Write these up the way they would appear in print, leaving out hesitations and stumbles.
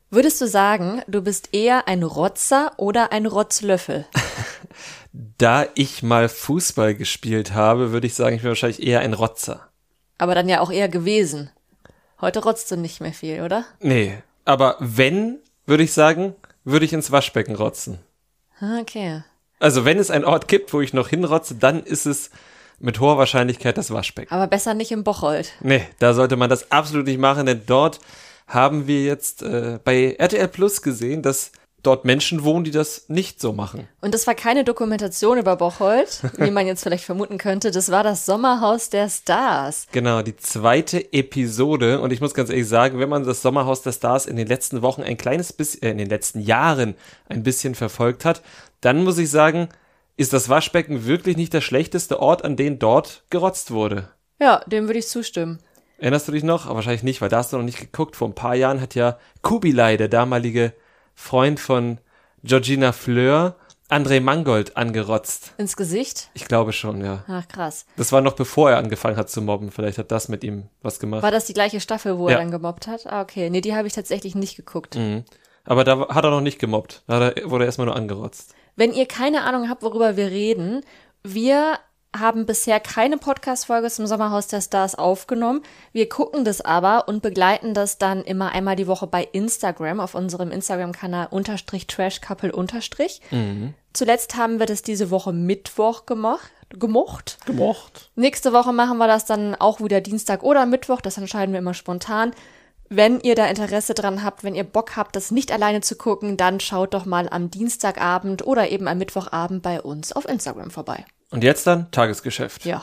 Würdest du sagen, du bist eher ein Rotzer oder ein Rotzlöffel? Da ich mal Fußball gespielt habe, würde ich sagen, ich bin wahrscheinlich eher ein Rotzer. Aber dann ja auch eher gewesen. Heute rotzt du nicht mehr viel, oder? Nee, aber wenn, würde ich sagen, würde ich ins Waschbecken rotzen. Okay. Also wenn es einen Ort gibt, wo ich noch hinrotze, dann ist es mit hoher Wahrscheinlichkeit das Waschbecken. Aber besser nicht im Bocholt. Nee, da sollte man das absolut nicht machen, denn dort haben wir jetzt bei RTL Plus gesehen, dass dort Menschen wohnen, die das nicht so machen. Und das war keine Dokumentation über Bocholt, wie man jetzt vielleicht vermuten könnte. Das war das Sommerhaus der Stars. Genau, die 2. Episode. Und ich muss ganz ehrlich sagen, wenn man das Sommerhaus der Stars in den letzten Wochen ein kleines bisschen, in den letzten Jahren ein bisschen verfolgt hat, dann muss ich sagen, ist das Waschbecken wirklich nicht der schlechteste Ort, an den dort gerotzt wurde. Ja, dem würde ich zustimmen. Erinnerst du dich noch? Aber wahrscheinlich nicht, weil da hast du noch nicht geguckt. Vor ein paar Jahren hat ja Kubilai, der damalige Freund von Georgina Fleur, André Mangold angerotzt. Ins Gesicht? Ich glaube schon, ja. Ach, krass. Das war noch bevor er angefangen hat zu mobben. Vielleicht hat das mit ihm was gemacht. War das die gleiche Staffel, wo Ja. er dann gemobbt hat? Ah, okay. Nee, die habe ich tatsächlich nicht geguckt. Mhm. Aber da hat er noch nicht gemobbt. Wurde er erstmal nur angerotzt. Wenn ihr keine Ahnung habt, worüber wir reden, wir haben bisher keine Podcast-Folge zum Sommerhaus der Stars aufgenommen. Wir gucken das aber und begleiten das dann immer einmal die Woche bei Instagram, auf unserem Instagram-Kanal _trashcouple_. Zuletzt haben wir das diese Woche Mittwoch gemocht. Nächste Woche machen wir das dann auch wieder Dienstag oder Mittwoch. Das entscheiden wir immer spontan. Wenn ihr da Interesse dran habt, wenn ihr Bock habt, das nicht alleine zu gucken, dann schaut doch mal am Dienstagabend oder eben am Mittwochabend bei uns auf Instagram vorbei. Und jetzt dann Tagesgeschäft. Ja.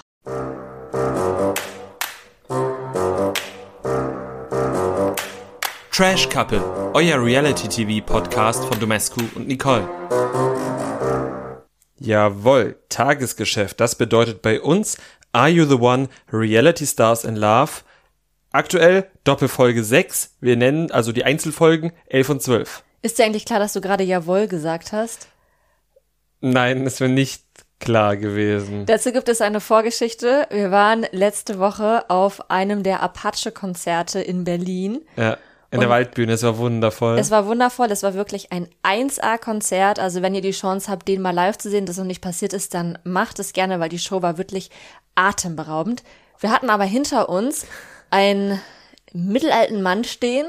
Trash Couple, euer Reality-TV-Podcast von Domescu und Nicole. Jawohl, Tagesgeschäft. Das bedeutet bei uns Are You the One? Reality Stars in Love. Aktuell Doppelfolge 6. Wir nennen also die Einzelfolgen 11 und 12. Ist dir eigentlich klar, dass du gerade Jawohl gesagt hast? Nein, ist mir nicht klar gewesen. Dazu gibt es eine Vorgeschichte. Wir waren letzte Woche auf einem der Apache-Konzerte in Berlin. Ja, in der Waldbühne. Es war wundervoll. Es war wundervoll. Es war wirklich ein 1A-Konzert. Also wenn ihr die Chance habt, den mal live zu sehen, das noch nicht passiert ist, dann macht es gerne, weil die Show war wirklich atemberaubend. Wir hatten aber hinter uns einen mittelalten Mann stehen,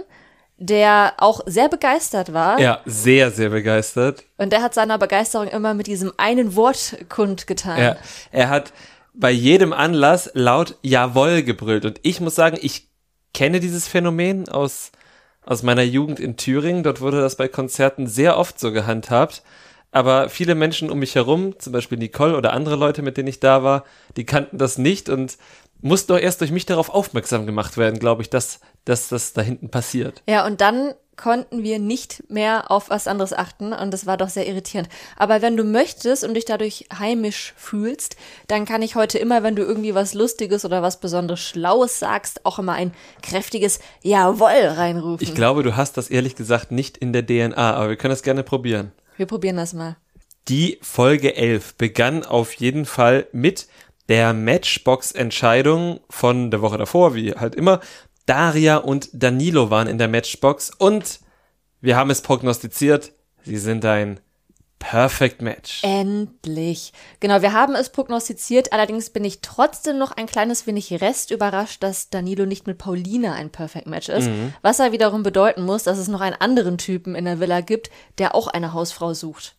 der auch sehr begeistert war. Ja, sehr, sehr begeistert. Und der hat seiner Begeisterung immer mit diesem einen Wort kundgetan. Ja, er hat bei jedem Anlass laut Jawohl gebrüllt. Und ich muss sagen, ich kenne dieses Phänomen aus meiner Jugend in Thüringen. Dort wurde das bei Konzerten sehr oft so gehandhabt. Aber viele Menschen um mich herum, zum Beispiel Nicole oder andere Leute, mit denen ich da war, die kannten das nicht und mussten doch erst durch mich darauf aufmerksam gemacht werden, glaube ich, dass das da hinten passiert. Ja, und dann konnten wir nicht mehr auf was anderes achten und das war doch sehr irritierend. Aber wenn du möchtest und dich dadurch heimisch fühlst, dann kann ich heute immer, wenn du irgendwie was Lustiges oder was besonders Schlaues sagst, auch immer ein kräftiges Jawohl reinrufen. Ich glaube, du hast das ehrlich gesagt nicht in der DNA, aber wir können das gerne probieren. Wir probieren das mal. Die Folge 11 begann auf jeden Fall mit der Matchbox-Entscheidung von der Woche davor, wie halt immer. Daria und Danilo waren in der Matchbox und wir haben es prognostiziert, sie sind ein Perfect Match. Endlich. Genau, wir haben es prognostiziert, allerdings bin ich trotzdem noch ein kleines wenig überrascht, dass Danilo nicht mit Paulina ein Perfect Match ist, was ja wiederum bedeuten muss, dass es noch einen anderen Typen in der Villa gibt, der auch eine Hausfrau sucht.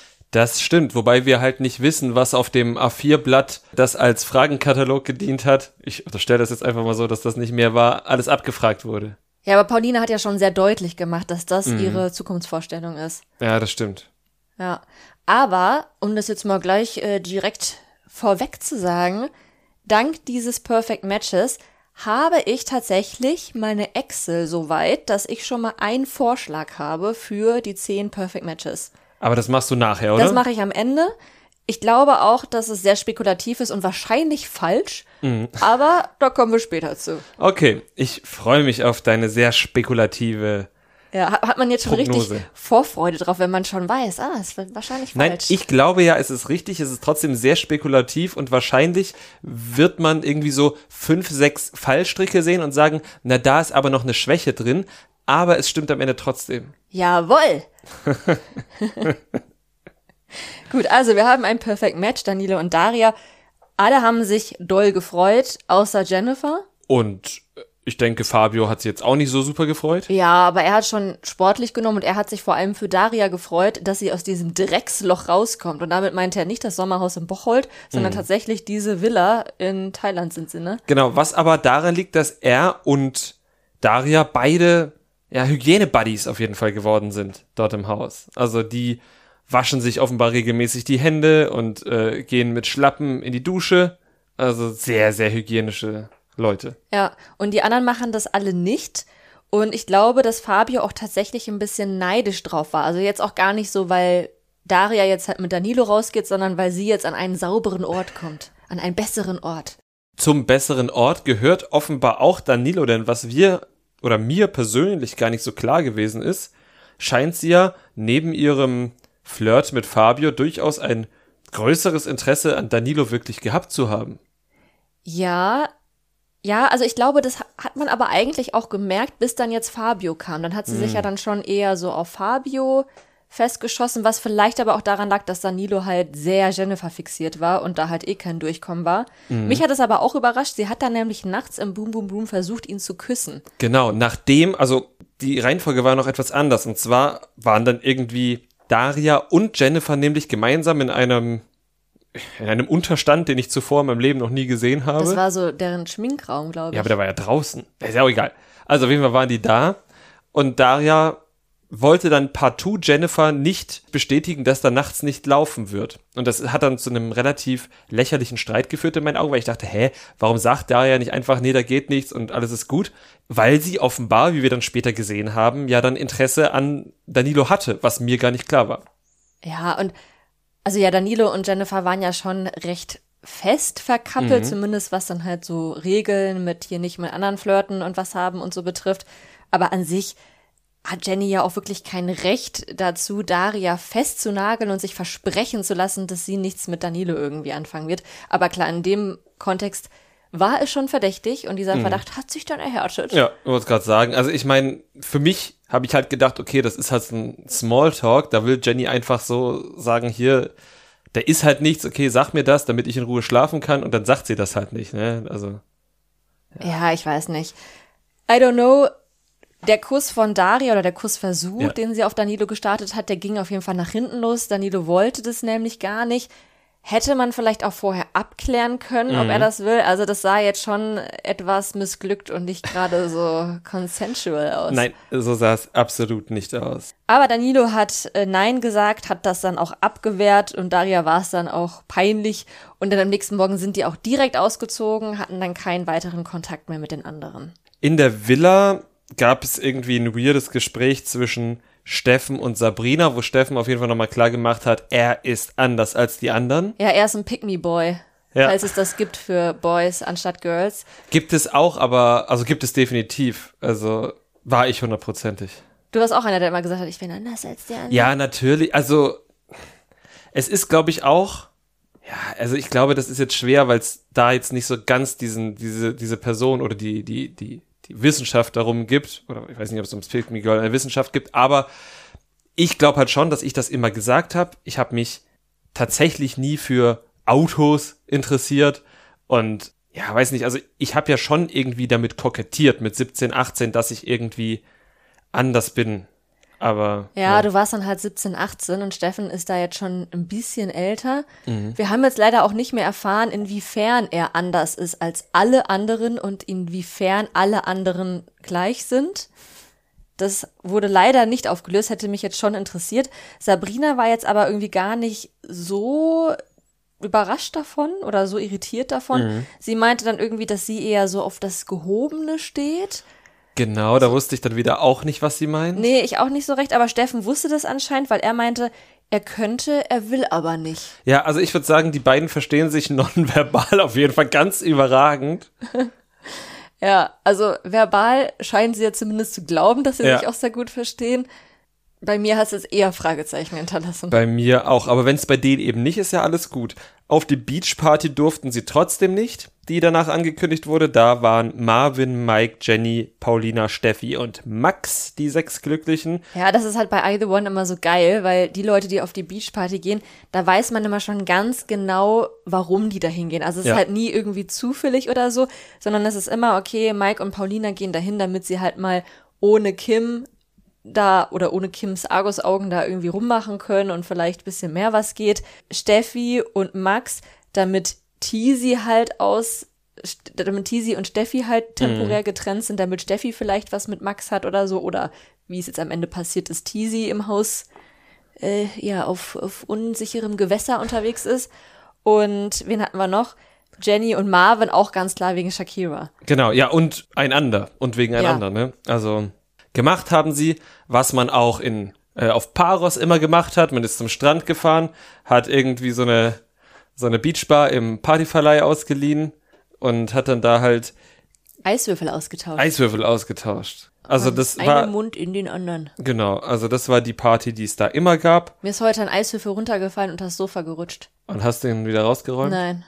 Das stimmt, wobei wir halt nicht wissen, was auf dem A4-Blatt, das als Fragenkatalog gedient hat, ich unterstelle das jetzt einfach mal so, dass das nicht mehr war, alles abgefragt wurde. Ja, aber Paulina hat ja schon sehr deutlich gemacht, dass das ihre Zukunftsvorstellung ist. Ja, das stimmt. Ja, aber, um das jetzt mal gleich direkt vorweg zu sagen, dank dieses Perfect Matches habe ich tatsächlich meine Excel so weit, dass ich schon mal einen Vorschlag habe für die 10 Perfect Matches. Aber das machst du nachher, oder? Das mache ich am Ende. Ich glaube auch, dass es sehr spekulativ ist und wahrscheinlich falsch, aber da kommen wir später zu. Okay, ich freue mich auf deine sehr spekulative Ja, hat man jetzt schon Prognose. richtig Vorfreude drauf, wenn man schon weiß, es wird wahrscheinlich falsch. Nein, ich glaube ja, es ist richtig, es ist trotzdem sehr spekulativ und wahrscheinlich wird man irgendwie so 5, 6 Fallstricke sehen und sagen, na, da ist aber noch eine Schwäche drin. aber es stimmt am Ende trotzdem. Jawohl! Gut, also wir haben ein Perfect Match, Danilo und Daria. Alle haben sich doll gefreut, außer Jennifer. Und ich denke, Fabio hat sich jetzt auch nicht so super gefreut. Ja, aber er hat schon sportlich genommen und er hat sich vor allem für Daria gefreut, dass sie aus diesem Drecksloch rauskommt. Und damit meinte er nicht das Sommerhaus in Bocholt, sondern tatsächlich diese Villa in Thailand sind sie, ne? Genau, was aber daran liegt, dass er und Daria beide Hygiene-Buddies auf jeden Fall geworden sind dort im Haus. Also die waschen sich offenbar regelmäßig die Hände und gehen mit Schlappen in die Dusche. Also sehr, sehr hygienische Leute. Ja, und die anderen machen das alle nicht. Und ich glaube, dass Fabio auch tatsächlich ein bisschen neidisch drauf war. Also jetzt auch gar nicht so, weil Daria jetzt halt mit Danilo rausgeht, sondern weil sie jetzt an einen sauberen Ort kommt. An einen besseren Ort. Zum besseren Ort gehört offenbar auch Danilo, denn was mir persönlich gar nicht so klar gewesen ist, scheint sie ja neben ihrem Flirt mit Fabio durchaus ein größeres Interesse an Danilo wirklich gehabt zu haben. Ja, also ich glaube, das hat man aber eigentlich auch gemerkt, bis dann jetzt Fabio kam. Dann hat sie sich ja dann schon eher so auf Fabio festgeschossen, was vielleicht aber auch daran lag, dass Danilo halt sehr Jennifer fixiert war und da halt kein Durchkommen war. Mich hat es aber auch überrascht, sie hat dann nämlich nachts im Boom Boom Boom versucht, ihn zu küssen. Genau, also die Reihenfolge war noch etwas anders und zwar waren dann irgendwie Daria und Jennifer nämlich gemeinsam in einem Unterstand, den ich zuvor in meinem Leben noch nie gesehen habe. Das war so deren Schminkraum, glaube ich. Ja, aber der war ja draußen. Ist ja auch egal. Also auf jeden Fall waren die da und Daria wollte dann partout Jennifer nicht bestätigen, dass da nachts nicht laufen wird. Und das hat dann zu einem relativ lächerlichen Streit geführt in meinen Augen, weil ich dachte, warum sagt Daria nicht einfach, nee, da geht nichts und alles ist gut? Weil sie offenbar, wie wir dann später gesehen haben, ja dann Interesse an Danilo hatte, was mir gar nicht klar war. Ja, und also ja, Danilo und Jennifer waren ja schon recht fest verkappelt, zumindest was dann halt so Regeln mit hier nicht mit anderen flirten und was haben und so betrifft. Aber an sich hat Jenny ja auch wirklich kein Recht dazu, Daria festzunageln und sich versprechen zu lassen, dass sie nichts mit Danilo irgendwie anfangen wird. Aber klar, in dem Kontext war es schon verdächtig und dieser Verdacht hat sich dann erhärtet. Ja, ich wollte es gerade sagen. Also ich meine, für mich habe ich halt gedacht, okay, das ist halt ein Smalltalk, da will Jenny einfach so sagen, hier, da ist halt nichts, okay, sag mir das, damit ich in Ruhe schlafen kann und dann sagt sie das halt nicht, ne? Also. Ja, ich weiß nicht. I don't know. Der Kuss von Daria oder der Kussversuch, den sie auf Danilo gestartet hat, der ging auf jeden Fall nach hinten los. Danilo wollte das nämlich gar nicht. Hätte man vielleicht auch vorher abklären können, ob er das will. Also das sah jetzt schon etwas missglückt und nicht gerade so consensual aus. Nein, so sah es absolut nicht aus. Aber Danilo hat Nein gesagt, hat das dann auch abgewehrt und Daria war es dann auch peinlich. Und dann am nächsten Morgen sind die auch direkt ausgezogen, hatten dann keinen weiteren Kontakt mehr mit den anderen. In der Villa gab es irgendwie ein weirdes Gespräch zwischen Steffen und Sabrina, wo Steffen auf jeden Fall nochmal klar gemacht hat, er ist anders als die anderen. Ja, er ist ein Pick-me-Boy, falls es das gibt für Boys anstatt Girls. Gibt es auch, also gibt es definitiv. Also war ich 100%. Du warst auch einer, der immer gesagt hat, ich bin anders als die anderen. Ja, natürlich. Also es ist, glaube ich, auch, also ich glaube, das ist jetzt schwer, weil es da jetzt nicht so ganz diese Person oder die Wissenschaft darum gibt, oder ich weiß nicht, ob es ums Pick Me Girl eine Wissenschaft gibt, aber ich glaube halt schon, dass ich das immer gesagt habe. Ich habe mich tatsächlich nie für Autos interessiert und weiß nicht, also ich habe ja schon irgendwie damit kokettiert mit 17, 18, dass ich irgendwie anders bin, aber... Ja, du warst dann halt 17, 18 und Steffen ist da jetzt schon ein bisschen älter. Wir haben jetzt leider auch nicht mehr erfahren, inwiefern er anders ist als alle anderen und inwiefern alle anderen gleich sind. Das wurde leider nicht aufgelöst, hätte mich jetzt schon interessiert. Sabrina war jetzt aber irgendwie gar nicht so überrascht davon oder so irritiert davon. Sie meinte dann irgendwie, dass sie eher so auf das Gehobene steht. Genau, da wusste ich dann wieder auch nicht, was sie meint. Nee, ich auch nicht so recht, aber Steffen wusste das anscheinend, weil er meinte, er könnte, er will aber nicht. Ja, also ich würde sagen, die beiden verstehen sich nonverbal auf jeden Fall ganz überragend. Ja, also verbal scheinen sie ja zumindest zu glauben, dass sie sich auch sehr gut verstehen. Bei mir hast du es eher Fragezeichen hinterlassen. Bei mir auch, aber wenn es bei denen eben nicht ist, ja alles gut. Auf die Beachparty durften sie trotzdem nicht, die danach angekündigt wurde. Da waren Marvin, Mike, Jenny, Paulina, Steffi und Max, die 6 Glücklichen. Ja, das ist halt bei I The One immer so geil, weil die Leute, die auf die Beachparty gehen, da weiß man immer schon ganz genau, warum die da hingehen. Also es ist halt nie irgendwie zufällig oder so, sondern es ist immer, okay, Mike und Paulina gehen dahin, damit sie halt mal ohne Kim da oder ohne Kims Argusaugen da irgendwie rummachen können und vielleicht ein bisschen mehr was geht. Steffi und Max, damit Teasy und Steffi halt temporär getrennt sind, damit Steffi vielleicht was mit Max hat oder so, oder wie es jetzt am Ende passiert ist, Teasy im Haus auf unsicherem Gewässer unterwegs ist. Und wen hatten wir noch? Jenny und Marvin, auch ganz klar wegen Shakira. Genau, ja, und einander und wegen einander, ne? Also gemacht haben sie, was man auch auf Paros immer gemacht hat. Man ist zum Strand gefahren, hat irgendwie so eine Beachbar im Partyverleih ausgeliehen und hat dann da halt Eiswürfel ausgetauscht. Also das war einen Mund in den anderen. Genau, also das war die Party, die es da immer gab. Mir ist heute ein Eiswürfel runtergefallen und das Sofa gerutscht. Und hast du ihn wieder rausgeräumt? Nein.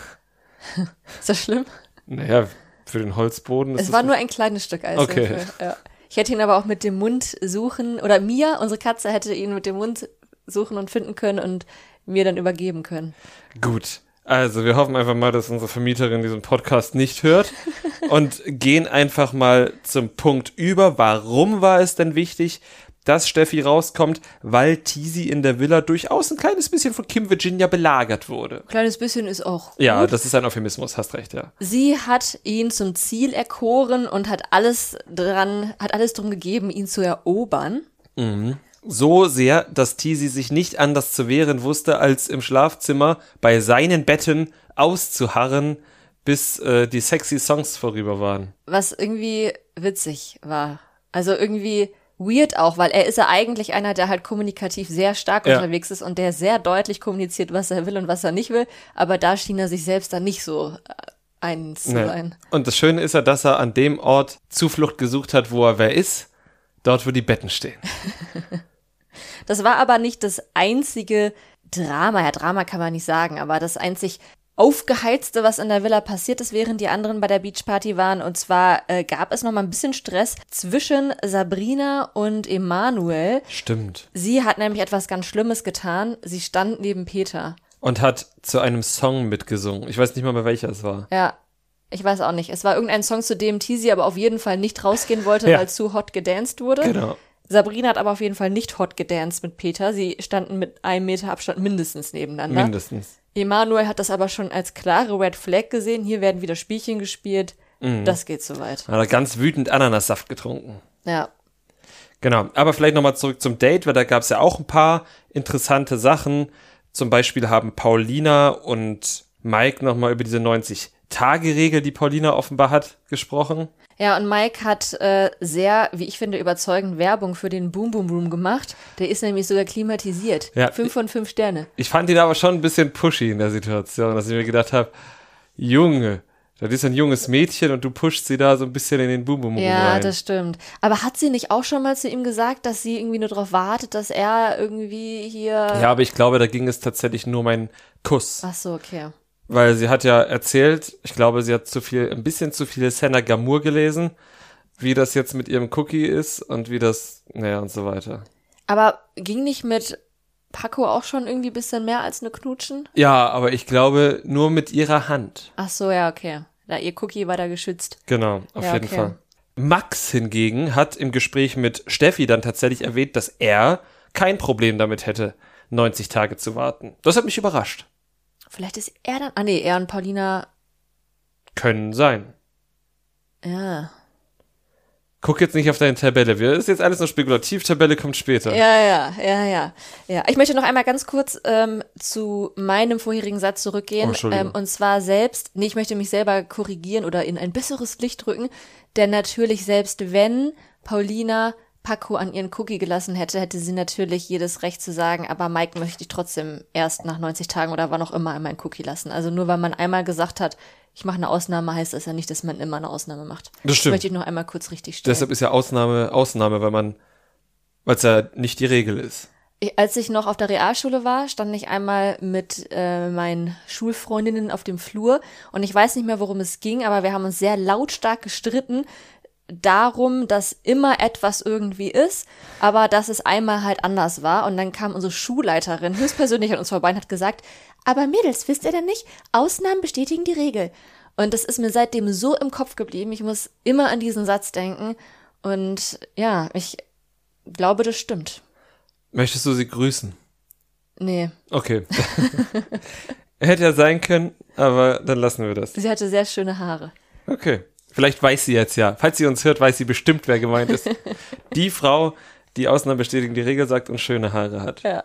Ist das schlimm? Naja, für den Holzboden ist es war nur ein kleines Stück Eiswürfel. Okay. Ja. Ich hätte ihn aber auch mit dem Mund suchen, oder Mia, unsere Katze, hätte ihn mit dem Mund suchen und finden können und mir dann übergeben können. Gut, also wir hoffen einfach mal, dass unsere Vermieterin diesen Podcast nicht hört und gehen einfach mal zum Punkt über. Warum war es denn wichtig, dass Steffi rauskommt? Weil Teasy in der Villa durchaus ein kleines bisschen von Kim Virginia belagert wurde. Kleines bisschen ist auch gut. Ja, das ist ein Euphemismus, hast recht, ja. Sie hat ihn zum Ziel erkoren und hat alles drum gegeben, ihn zu erobern. Mhm. So sehr, dass Teasy sich nicht anders zu wehren wusste, als im Schlafzimmer bei seinen Betten auszuharren, bis die sexy Songs vorüber waren. Was irgendwie witzig war. Also irgendwie weird auch, weil er ist ja eigentlich einer, der halt kommunikativ sehr stark unterwegs ist und der sehr deutlich kommuniziert, was er will und was er nicht will. Aber da schien er sich selbst dann nicht so eins zu sein. Und das Schöne ist ja, dass er an dem Ort Zuflucht gesucht hat, wo er wer ist. Dort, wo die Betten stehen. Das war aber nicht das einzige Drama. Ja, Drama kann man nicht sagen, aber das einzig Aufgeheizte, was in der Villa passiert ist, während die anderen bei der Beachparty waren. Und zwar gab es noch mal ein bisschen Stress zwischen Sabrina und Emanuel. Stimmt. Sie hat nämlich etwas ganz Schlimmes getan. Sie stand neben Peter. Und hat zu einem Song mitgesungen. Ich weiß nicht mal, bei welcher es war. Ja, ich weiß auch nicht. Es war irgendein Song, zu dem Teasy aber auf jeden Fall nicht rausgehen wollte, weil zu hot gedanced wurde. Genau. Sabrina hat aber auf jeden Fall nicht hot gedanced mit Peter. Sie standen mit 1 Meter Abstand mindestens nebeneinander. Mindestens. Emanuel hat das aber schon als klare Red Flag gesehen. Hier werden wieder Spielchen gespielt. Das geht so weit. Hat er ganz wütend Ananassaft getrunken. Ja. Genau. Aber vielleicht nochmal zurück zum Date, weil da gab es ja auch ein paar interessante Sachen. Zum Beispiel haben Paulina und Mike nochmal über diese 90-Tage-Regel, die Paulina offenbar hat, gesprochen. Ja, und Mike hat sehr, wie ich finde, überzeugend Werbung für den Boom Boom Room gemacht. Der ist nämlich sogar klimatisiert. Ja. 5 von 5 Sterne. Ich fand ihn aber schon ein bisschen pushy in der Situation, dass ich mir gedacht habe, Junge, das ist ein junges Mädchen und du pushst sie da so ein bisschen in den Boom Boom Room rein. Ja, das stimmt. Aber hat sie nicht auch schon mal zu ihm gesagt, dass sie irgendwie nur darauf wartet, dass er irgendwie hier... Ja, aber ich glaube, da ging es tatsächlich nur um einen Kuss. Ach so, okay. Weil sie hat ja erzählt, ich glaube, sie hat ein bisschen zu viel Senna Gamur gelesen, wie das jetzt mit ihrem Cookie ist und wie das, naja, und so weiter. Aber ging nicht mit Paco auch schon irgendwie ein bisschen mehr als eine Knutschen? Ja, aber ich glaube, nur mit ihrer Hand. Ach so, ja, okay. Da ihr Cookie war da geschützt. Genau, auf Ja, jeden okay. Fall. Max hingegen hat im Gespräch mit Steffi dann tatsächlich erwähnt, dass er kein Problem damit hätte, 90 Tage zu warten. Das hat mich überrascht. Vielleicht ist er dann... Ah nee, er und Paulina... Können sein. Ja. Guck jetzt nicht auf deine Tabelle. Das ist jetzt alles nur spekulativ. Tabelle kommt später. Ja. Ich möchte noch einmal ganz kurz zu meinem vorherigen Satz zurückgehen. Entschuldigung. Und zwar ich möchte mich selber korrigieren oder in ein besseres Licht rücken. Denn natürlich, selbst wenn Paulina Paco an ihren Cookie gelassen hätte, hätte sie natürlich jedes Recht zu sagen, aber Mike möchte ich trotzdem erst nach 90 Tagen oder wann auch immer meinen Cookie lassen. Also nur weil man einmal gesagt hat, ich mache eine Ausnahme, heißt das ja nicht, dass man immer eine Ausnahme macht. Das stimmt. möchte ich noch einmal kurz richtig stellen. Deshalb ist ja Ausnahme, weil man Weil es ja nicht die Regel ist. Als ich noch auf der Realschule war, stand ich einmal mit meinen Schulfreundinnen auf dem Flur und ich weiß nicht mehr, worum es ging, aber wir haben uns sehr lautstark gestritten darum, dass immer etwas irgendwie ist, aber dass es einmal halt anders war. Und dann kam unsere Schulleiterin höchstpersönlich an uns vorbei und hat gesagt, aber Mädels, wisst ihr denn nicht, Ausnahmen bestätigen die Regel. Und das ist mir seitdem so im Kopf geblieben. Ich muss immer an diesen Satz denken. Und ja, ich glaube, das stimmt. Möchtest du sie grüßen? Nee. Okay. Hätte ja sein können, aber dann lassen wir das. Sie hatte sehr schöne Haare. Okay. Vielleicht weiß sie jetzt ja. Falls sie uns hört, weiß sie bestimmt, wer gemeint ist. Die Frau, die Ausnahmen bestätigen die Regel sagt und schöne Haare hat. Ja.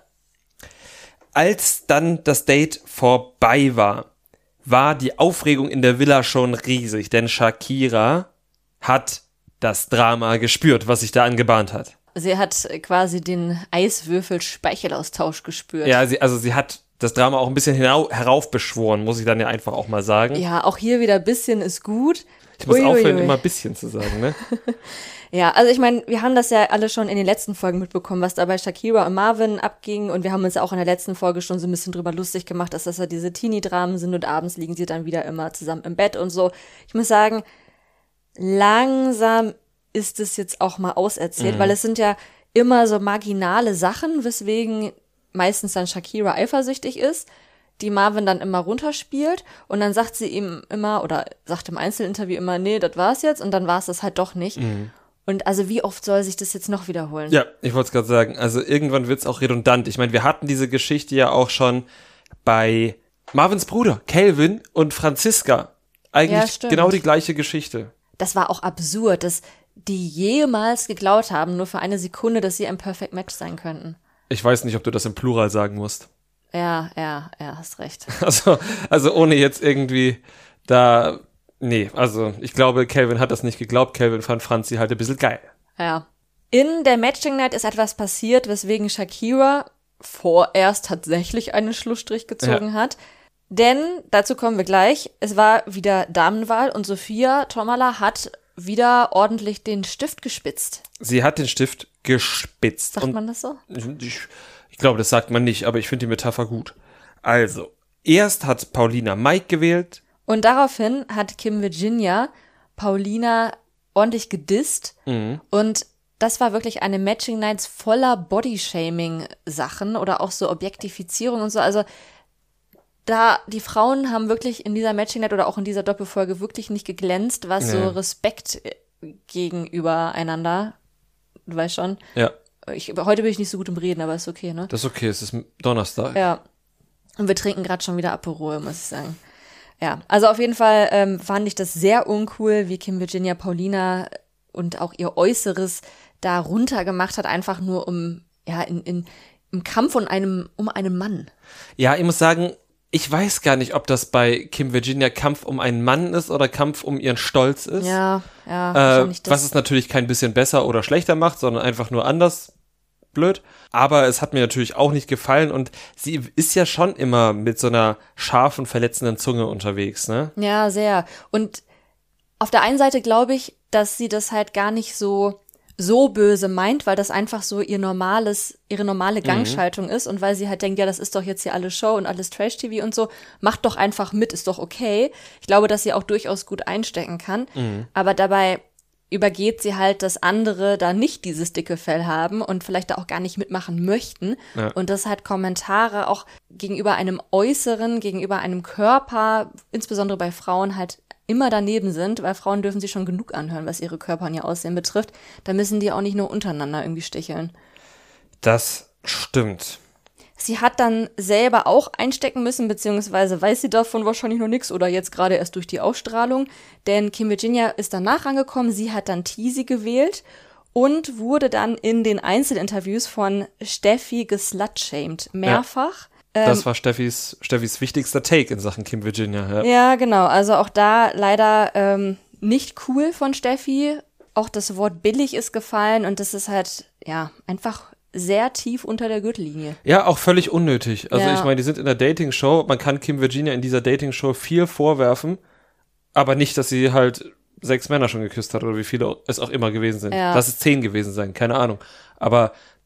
Als dann das Date vorbei war die Aufregung in der Villa schon riesig, denn Shakira hat das Drama gespürt, was sich da angebahnt hat. Sie hat quasi den Eiswürfel-Speichelaustausch gespürt. Ja, sie hat das Drama auch ein bisschen heraufbeschworen, muss ich dann ja einfach auch mal sagen. Ja, auch hier wieder ein bisschen ist gut. Ich muss aufhören, immer ein bisschen zu sagen, ne? Ja, also ich meine, wir haben das ja alle schon in den letzten Folgen mitbekommen, was da bei Shakira und Marvin abging. Und wir haben uns ja auch in der letzten Folge schon so ein bisschen drüber lustig gemacht, dass das ja diese Teenie-Dramen sind und abends liegen sie dann wieder immer zusammen im Bett und so. Ich muss sagen, langsam ist es jetzt auch mal auserzählt, weil es sind ja immer so marginale Sachen, weswegen meistens dann Shakira eifersüchtig ist, die Marvin dann immer runterspielt und dann sagt sie ihm immer oder sagt im Einzelinterview immer, nee, das war's jetzt und dann war es das halt doch nicht. Und also wie oft soll sich das jetzt noch wiederholen? Ja, ich wollte es gerade sagen, also irgendwann wird's auch redundant. Ich meine, wir hatten diese Geschichte ja auch schon bei Marvins Bruder, Calvin und Franziska. Eigentlich genau die gleiche Geschichte. Das war auch absurd, dass die jemals geglaubt haben, nur für eine Sekunde, dass sie ein Perfect Match sein könnten. Ich weiß nicht, ob du das im Plural sagen musst. Ja, hast recht. Also ohne jetzt irgendwie da, nee, also ich glaube, Calvin hat das nicht geglaubt. Calvin fand Franzi halt ein bisschen geil. Ja. In der Matching Night ist etwas passiert, weswegen Shakira vorerst tatsächlich einen Schlussstrich gezogen hat. Denn, dazu kommen wir gleich, es war wieder Damenwahl und Sophia Tomala hat wieder ordentlich den Stift gespitzt. Sie hat den Stift gespitzt. Sagt man das so? Ich glaube, das sagt man nicht, aber ich finde die Metapher gut. Also, erst hat Paulina Mike gewählt. Und daraufhin hat Kim Virginia Paulina ordentlich gedisst. Und das war wirklich eine Matching Nights voller Bodyshaming-Sachen oder auch so Objektifizierung und so. Also da die Frauen haben wirklich in dieser Matching Night oder auch in dieser Doppelfolge wirklich nicht geglänzt, was so Respekt gegenüber einander, du weißt schon. Ja. Heute bin ich nicht so gut im Reden, aber ist okay, ne? Das ist okay, es ist Donnerstag. Ja. Und wir trinken gerade schon wieder Aperol, muss ich sagen. Ja, also auf jeden Fall fand ich das sehr uncool, wie Kim Virginia Paulina und auch ihr Äußeres da runtergemacht hat, einfach nur im Kampf um einen Mann. Ja, ich muss sagen, ich weiß gar nicht, ob das bei Kim Virginia Kampf um einen Mann ist oder Kampf um ihren Stolz ist. Ja, wahrscheinlich das. Was es natürlich kein bisschen besser oder schlechter macht, sondern einfach nur anders blöd. Aber es hat mir natürlich auch nicht gefallen und sie ist ja schon immer mit so einer scharfen, verletzenden Zunge unterwegs, ne? Ja, sehr. Und auf der einen Seite glaube ich, dass sie das halt gar nicht so böse meint, weil das einfach so ihre normale Gangschaltung ist und weil sie halt denkt, ja, das ist doch jetzt hier alles Show und alles Trash-TV und so, macht doch einfach mit, ist doch okay. Ich glaube, dass sie auch durchaus gut einstecken kann, aber dabei übergeht sie halt, dass andere da nicht dieses dicke Fell haben und vielleicht da auch gar nicht mitmachen möchten und dass halt Kommentare auch gegenüber einem Äußeren, gegenüber einem Körper, insbesondere bei Frauen halt immer daneben sind, weil Frauen dürfen sich schon genug anhören, was ihre Körper und ihr Aussehen betrifft. Da müssen die auch nicht nur untereinander irgendwie sticheln. Das stimmt. Sie hat dann selber auch einstecken müssen, beziehungsweise weiß sie davon wahrscheinlich noch nichts oder jetzt gerade erst durch die Ausstrahlung, denn Kim Virginia ist danach rangekommen, sie hat dann Teasy gewählt und wurde dann in den Einzelinterviews von Steffi geslutshamed, mehrfach. Das war Steffis wichtigster Take in Sachen Kim Virginia. Ja, genau. Also auch da leider nicht cool von Steffi. Auch das Wort billig ist gefallen und das ist halt, ja, einfach sehr tief unter der Gürtellinie. Ja, auch völlig unnötig. Also ich meine, die sind in der Dating-Show. Man kann Kim Virginia in dieser Dating-Show viel vorwerfen, aber nicht, dass sie halt 6 Männer schon geküsst hat oder wie viele es auch immer gewesen sind. Ja. Lass es 10 gewesen sein, keine Ahnung. Aber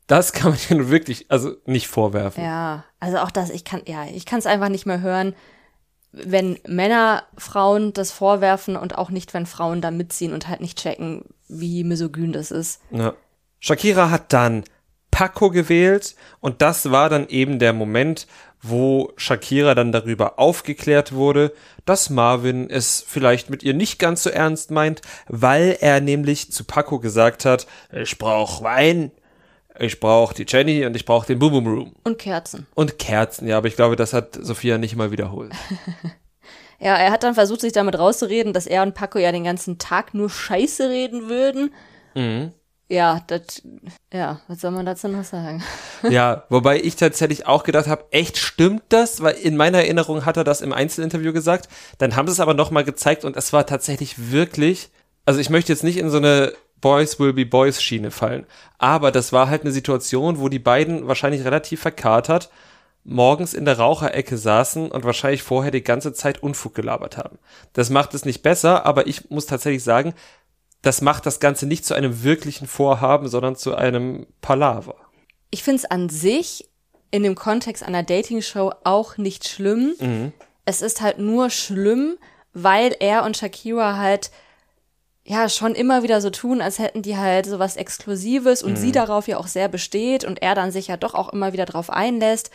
Das kann man ja nun wirklich, also nicht vorwerfen. Ja, also auch das, ich kann es einfach nicht mehr hören, wenn Männer Frauen das vorwerfen und auch nicht, wenn Frauen da mitziehen und halt nicht checken, wie misogyn das ist. Ja. Shakira hat dann Paco gewählt und das war dann eben der Moment, wo Shakira dann darüber aufgeklärt wurde, dass Marvin es vielleicht mit ihr nicht ganz so ernst meint, weil er nämlich zu Paco gesagt hat, ich brauch Wein, ich brauch die Jenny und ich brauch den Boom Boom Room. Und Kerzen. Und Kerzen, ja, aber ich glaube, das hat Sophia nicht mal wiederholt. Ja, er hat dann versucht, sich damit rauszureden, dass er und Paco ja den ganzen Tag nur Scheiße reden würden. Mhm. Ja, was soll man dazu noch sagen? Ja, wobei ich tatsächlich auch gedacht habe, echt stimmt das? Weil in meiner Erinnerung hat er das im Einzelinterview gesagt. Dann haben sie es aber nochmal gezeigt und es war tatsächlich wirklich, also ich möchte jetzt nicht in so eine Boys will be Boys Schiene fallen, aber das war halt eine Situation, wo die beiden wahrscheinlich relativ verkatert morgens in der Raucherecke saßen und wahrscheinlich vorher die ganze Zeit Unfug gelabert haben. Das macht es nicht besser, aber ich muss tatsächlich sagen, das macht das Ganze nicht zu einem wirklichen Vorhaben, sondern zu einem Palaver. Ich finde es an sich in dem Kontext einer Dating-Show auch nicht schlimm. Mhm. Es ist halt nur schlimm, weil er und Shakira halt ja schon immer wieder so tun, als hätten die halt so was Exklusives und sie darauf ja auch sehr besteht und er dann sich ja doch auch immer wieder drauf einlässt.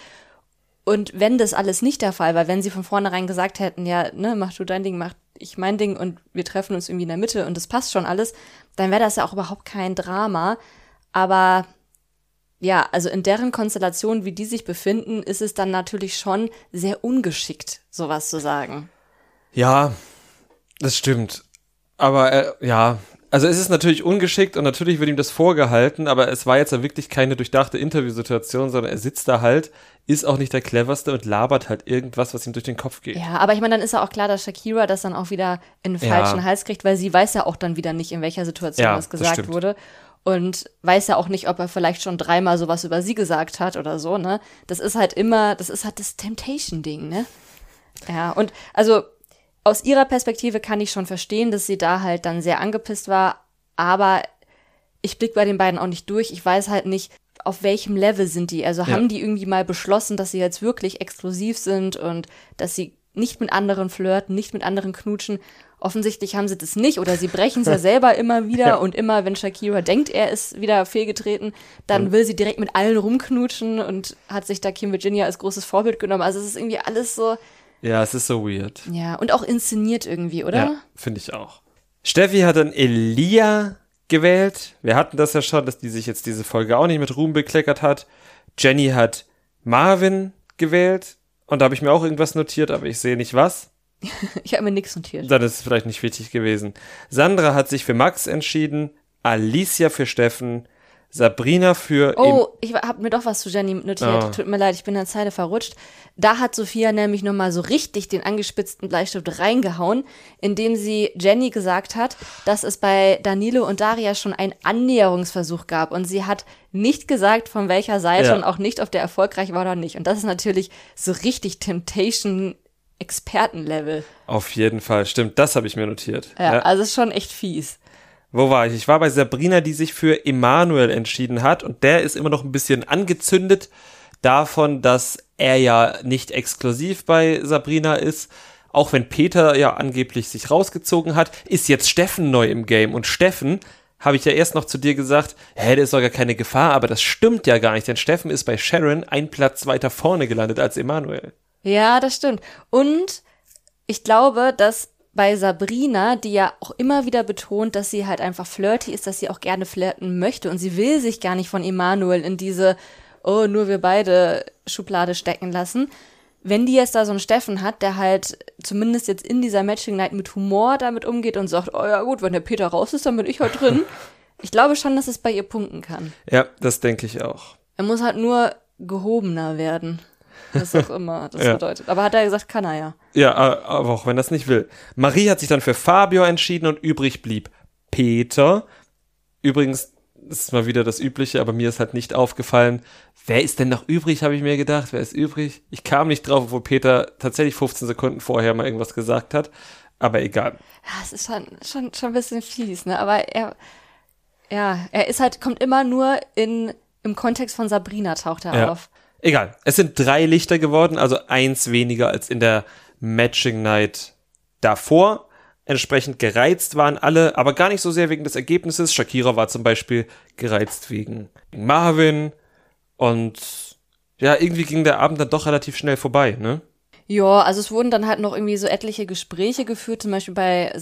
Und wenn das alles nicht der Fall war, wenn sie von vornherein gesagt hätten, ja, ne, mach du dein Ding, mach ich mein Ding und wir treffen uns irgendwie in der Mitte und das passt schon alles, dann wäre das ja auch überhaupt kein Drama. Aber ja, also in deren Konstellation, wie die sich befinden, ist es dann natürlich schon sehr ungeschickt, sowas zu sagen. Ja, das stimmt. Aber ja, also es ist natürlich ungeschickt und natürlich wird ihm das vorgehalten, aber es war jetzt ja wirklich keine durchdachte Interviewsituation, sondern er sitzt da halt, ist auch nicht der Cleverste und labert halt irgendwas, was ihm durch den Kopf geht. Ja, aber ich meine, dann ist ja auch klar, dass Shakira das dann auch wieder in den falschen Hals kriegt, weil sie weiß ja auch dann wieder nicht, in welcher Situation das gesagt wurde. Und weiß ja auch nicht, ob er vielleicht schon 3-mal sowas über sie gesagt hat oder so, ne? Das ist halt das Temptation-Ding, ne? Ja, und also aus ihrer Perspektive kann ich schon verstehen, dass sie da halt dann sehr angepisst war, aber ich blick bei den beiden auch nicht durch. Ich weiß halt nicht, auf welchem Level sind die. Also haben die irgendwie mal beschlossen, dass sie jetzt wirklich exklusiv sind und dass sie nicht mit anderen flirten, nicht mit anderen knutschen. Offensichtlich haben sie das nicht oder sie brechen es ja selber immer wieder und immer, wenn Shakira denkt, er ist wieder fehlgetreten, dann will sie direkt mit allen rumknutschen und hat sich da Kim Virginia als großes Vorbild genommen. Also es ist irgendwie alles so. Ja, es ist so weird. Ja, und auch inszeniert irgendwie, oder? Ja, finde ich auch. Steffi hat dann Elia gewählt. Wir hatten das ja schon, dass die sich jetzt diese Folge auch nicht mit Ruhm bekleckert hat. Jenny hat Marvin gewählt. Und da habe ich mir auch irgendwas notiert, aber ich sehe nicht was. Ich habe mir nichts notiert. Dann ist es vielleicht nicht wichtig gewesen. Sandra hat sich für Max entschieden, Alicia für Steffen, Sabrina für... Oh, ich habe mir doch was zu Jenny notiert. Tut mir leid, ich bin in der Zeile verrutscht. Da hat Sophia nämlich nochmal so richtig den angespitzten Bleistift reingehauen, indem sie Jenny gesagt hat, dass es bei Danilo und Daria schon einen Annäherungsversuch gab. Und sie hat nicht gesagt, von welcher Seite und auch nicht, ob der erfolgreich war oder nicht. Und das ist natürlich so richtig Temptation-Experten-Level. Auf jeden Fall, stimmt, das habe ich mir notiert. Ja, also ist schon echt fies. Wo war ich? Ich war bei Sabrina, die sich für Emanuel entschieden hat und der ist immer noch ein bisschen angezündet davon, dass er ja nicht exklusiv bei Sabrina ist. Auch wenn Peter ja angeblich sich rausgezogen hat, ist jetzt Steffen neu im Game und Steffen, habe ich ja erst noch zu dir gesagt, der ist doch gar keine Gefahr, aber das stimmt ja gar nicht, denn Steffen ist bei Sharon einen Platz weiter vorne gelandet als Emanuel. Ja, das stimmt. Und ich glaube, dass bei Sabrina, die ja auch immer wieder betont, dass sie halt einfach flirty ist, dass sie auch gerne flirten möchte und sie will sich gar nicht von Emanuel in diese, oh, nur wir beide Schublade stecken lassen. Wenn die jetzt da so einen Steffen hat, der halt zumindest jetzt in dieser Matching Night mit Humor damit umgeht und sagt, oh ja gut, wenn der Peter raus ist, dann bin ich halt drin. Ich glaube schon, dass es bei ihr punkten kann. Ja, das denke ich auch. Er muss halt nur gehobener werden. Was auch immer das bedeutet. Aber hat er gesagt, kann er ja. Ja, aber auch wenn das nicht will. Marie hat sich dann für Fabio entschieden und übrig blieb Peter. Übrigens, das ist mal wieder das Übliche, aber mir ist halt nicht aufgefallen, wer ist denn noch übrig, habe ich mir gedacht. Wer ist übrig? Ich kam nicht drauf, wo Peter tatsächlich 15 Sekunden vorher mal irgendwas gesagt hat. Aber egal. Ja, es ist schon ein bisschen fies, ne? Aber er ist halt, kommt immer nur in im Kontext von Sabrina taucht er auf. Egal, es sind 3 Lichter geworden, also 1 weniger als in der Matching Night davor. Entsprechend gereizt waren alle, aber gar nicht so sehr wegen des Ergebnisses. Shakira war zum Beispiel gereizt wegen Marvin und ja, irgendwie ging der Abend dann doch relativ schnell vorbei, ne? Ja, also es wurden dann halt noch irgendwie so etliche Gespräche geführt, zum Beispiel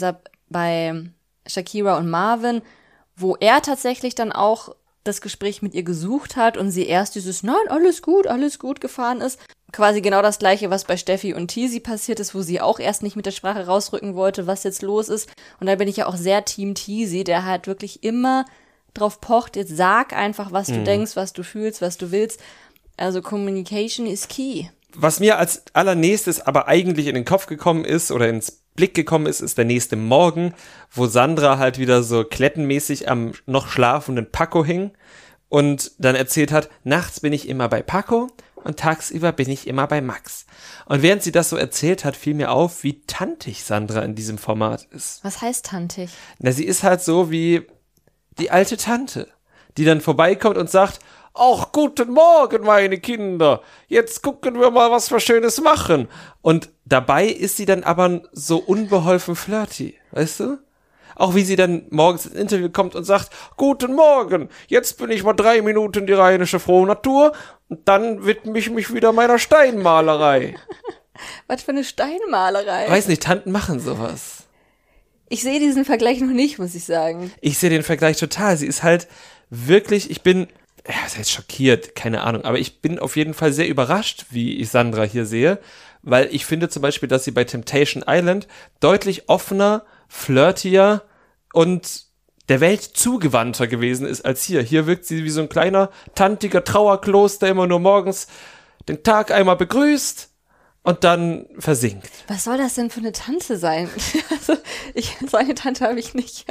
bei Shakira und Marvin, wo er tatsächlich dann auch das Gespräch mit ihr gesucht hat und sie erst dieses Nein, alles gut gefahren ist. Quasi genau das Gleiche, was bei Steffi und Tizi passiert ist, wo sie auch erst nicht mit der Sprache rausrücken wollte, was jetzt los ist. Und da bin ich ja auch sehr Team Tizi, der halt wirklich immer drauf pocht, jetzt sag einfach, was du denkst, was du fühlst, was du willst. Also Communication is key. Was mir als allernächstes aber eigentlich in den Kopf gekommen ist oder ins Blick gekommen ist der nächste Morgen, wo Sandra halt wieder so klettenmäßig am noch schlafenden Paco hing und dann erzählt hat, nachts bin ich immer bei Paco und tagsüber bin ich immer bei Max. Und während sie das so erzählt hat, fiel mir auf, wie tantig Sandra in diesem Format ist. Was heißt tantig? Na, sie ist halt so wie die alte Tante, die dann vorbeikommt und sagt, ach, guten Morgen, meine Kinder. Jetzt gucken wir mal, was wir Schönes machen. Und dabei ist sie dann aber so unbeholfen flirty, weißt du? Auch wie sie dann morgens ins Interview kommt und sagt, guten Morgen, jetzt bin ich mal 3 Minuten die rheinische frohe Natur und dann widme ich mich wieder meiner Steinmalerei. Was für eine Steinmalerei? Weiß nicht, Tanten machen sowas. Ich sehe diesen Vergleich noch nicht, muss ich sagen. Ich sehe den Vergleich total. Sie ist halt wirklich, was heißt schockiert, keine Ahnung, aber ich bin auf jeden Fall sehr überrascht, wie ich Sandra hier sehe, weil ich finde zum Beispiel, dass sie bei Temptation Island deutlich offener, flirtier und der Welt zugewandter gewesen ist als hier. Hier wirkt sie wie so ein kleiner, tantiger Trauerkloß, der immer nur morgens den Tag einmal begrüßt und dann versinkt. Was soll das denn für eine Tante sein? Also, so eine Tante habe ich nicht.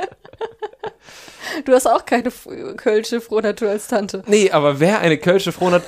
Du hast auch keine kölsche Frohnatur als Tante. Nee, aber wer eine kölsche Frohnatur,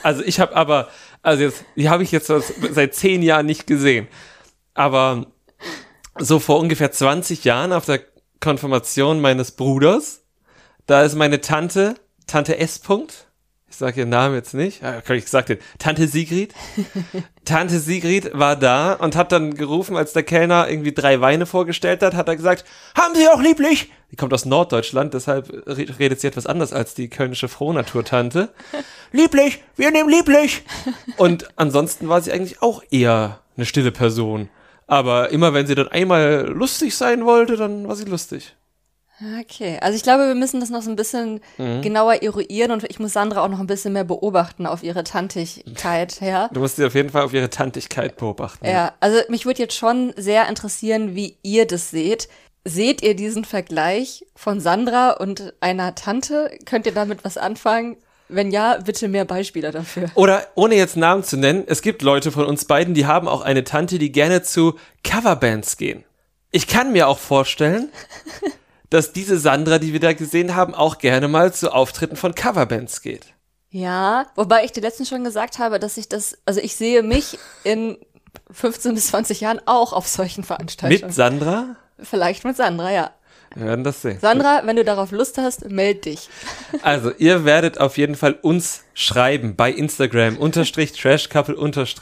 die habe ich jetzt seit 10 Jahren nicht gesehen. Aber so vor ungefähr 20 Jahren auf der Konfirmation meines Bruders, da ist meine Tante S. Ich sage ihren Namen jetzt nicht, ich sag den, Tante Sigrid. Tante Sigrid war da und hat dann gerufen, als der Kellner irgendwie 3 Weine vorgestellt hat er gesagt, haben Sie auch lieblich? Die kommt aus Norddeutschland, deshalb redet sie etwas anders als die kölnische Frohnatur-Tante. Lieblich, wir nehmen lieblich. Und ansonsten war sie eigentlich auch eher eine stille Person. Aber immer wenn sie dann einmal lustig sein wollte, dann war sie lustig. Okay, also ich glaube, wir müssen das noch so ein bisschen genauer eruieren und ich muss Sandra auch noch ein bisschen mehr beobachten auf ihre Tantigkeit, ja. Du musst sie auf jeden Fall auf ihre Tantigkeit beobachten. Ja, also mich würde jetzt schon sehr interessieren, wie ihr das seht. Seht ihr diesen Vergleich von Sandra und einer Tante? Könnt ihr damit was anfangen? Wenn ja, bitte mehr Beispiele dafür. Oder, ohne jetzt Namen zu nennen, es gibt Leute von uns beiden, die haben auch eine Tante, die gerne zu Coverbands gehen. Ich kann mir auch vorstellen, dass diese Sandra, die wir da gesehen haben, auch gerne mal zu Auftritten von Coverbands geht. Ja, wobei ich dir letztens schon gesagt habe, dass ich sehe mich in 15 bis 20 Jahren auch auf solchen Veranstaltungen. Mit Sandra? Vielleicht mit Sandra, ja. Wir werden das sehen. Sandra, wenn du darauf Lust hast, meld dich. Also, ihr werdet auf jeden Fall uns schreiben bei Instagram, _trashcouple_.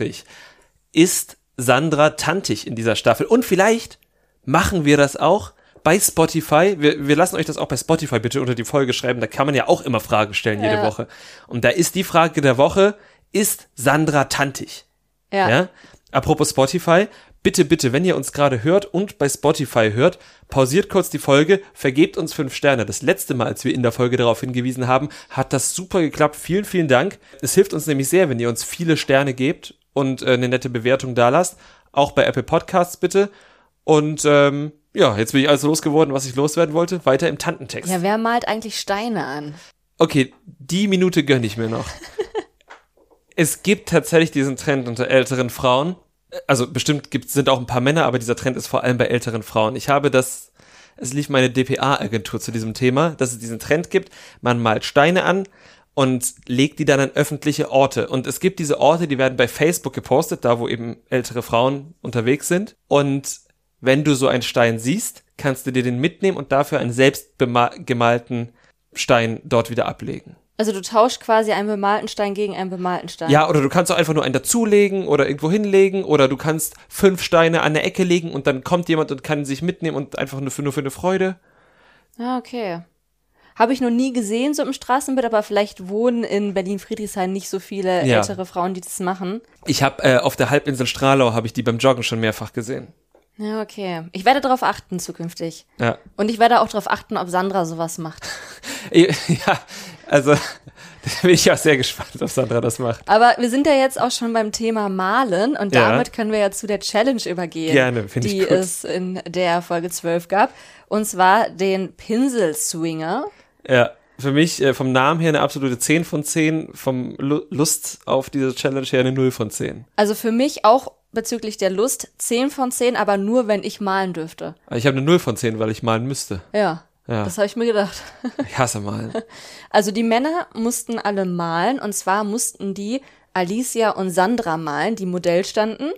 Ist Sandra tantig in dieser Staffel? Und vielleicht machen wir das auch bei Spotify. Wir lassen euch das auch bei Spotify bitte unter die Folge schreiben. Da kann man ja auch immer Fragen stellen jede Woche. Und da ist die Frage der Woche, ist Sandra tantig? Ja? Apropos Spotify, bitte, wenn ihr uns gerade hört und bei Spotify hört, pausiert kurz die Folge, vergebt uns 5 Sterne. Das letzte Mal, als wir in der Folge darauf hingewiesen haben, hat das super geklappt. Vielen, vielen Dank. Es hilft uns nämlich sehr, wenn ihr uns viele Sterne gebt und eine nette Bewertung da lasst. Auch bei Apple Podcasts bitte. Und jetzt bin ich alles losgeworden, was ich loswerden wollte. Weiter im Tantentext. Ja, wer malt eigentlich Steine an? Okay, die Minute gönne ich mir noch. Es gibt tatsächlich diesen Trend unter älteren Frauen. Also bestimmt sind auch ein paar Männer, aber dieser Trend ist vor allem bei älteren Frauen. Es lief meine dpa-Agentur zu diesem Thema, dass es diesen Trend gibt. Man malt Steine an und legt die dann an öffentliche Orte. Und es gibt diese Orte, die werden bei Facebook gepostet, da wo eben ältere Frauen unterwegs sind. Und wenn du so einen Stein siehst, kannst du dir den mitnehmen und dafür einen selbst gemalten Stein dort wieder ablegen. Also du tauschst quasi einen bemalten Stein gegen einen bemalten Stein. Ja, oder du kannst auch einfach nur einen dazulegen oder irgendwo hinlegen oder du kannst 5 Steine an der Ecke legen und dann kommt jemand und kann sich mitnehmen und einfach nur für eine Freude. Ah, okay. Habe ich noch nie gesehen, so im Straßenbild, aber vielleicht wohnen in Berlin-Friedrichshain nicht so viele ältere Frauen, die das machen. Ich habe auf der Halbinsel Stralau habe ich die beim Joggen schon mehrfach gesehen. Ja, okay. Ich werde darauf achten zukünftig. Ja. Und ich werde auch darauf achten, ob Sandra sowas macht. Ja, also da bin ich auch sehr gespannt, ob Sandra das macht. Aber wir sind ja jetzt auch schon beim Thema Malen und damit können wir ja zu der Challenge übergehen, Gerne, finde ich die gut. es in der Folge 12 gab. Und zwar den Pinselswinger. Ja, für mich vom Namen her eine absolute 10 von 10, vom Lust auf diese Challenge her eine 0 von 10. Also für mich auch bezüglich der Lust 10 von 10, aber nur, wenn ich malen dürfte. Ich habe eine 0 von 10, weil ich malen müsste. Ja. Ja. Das habe ich mir gedacht. Ich hasse malen. Also die Männer mussten alle malen und zwar mussten die Alicia und Sandra malen, die Modell standen.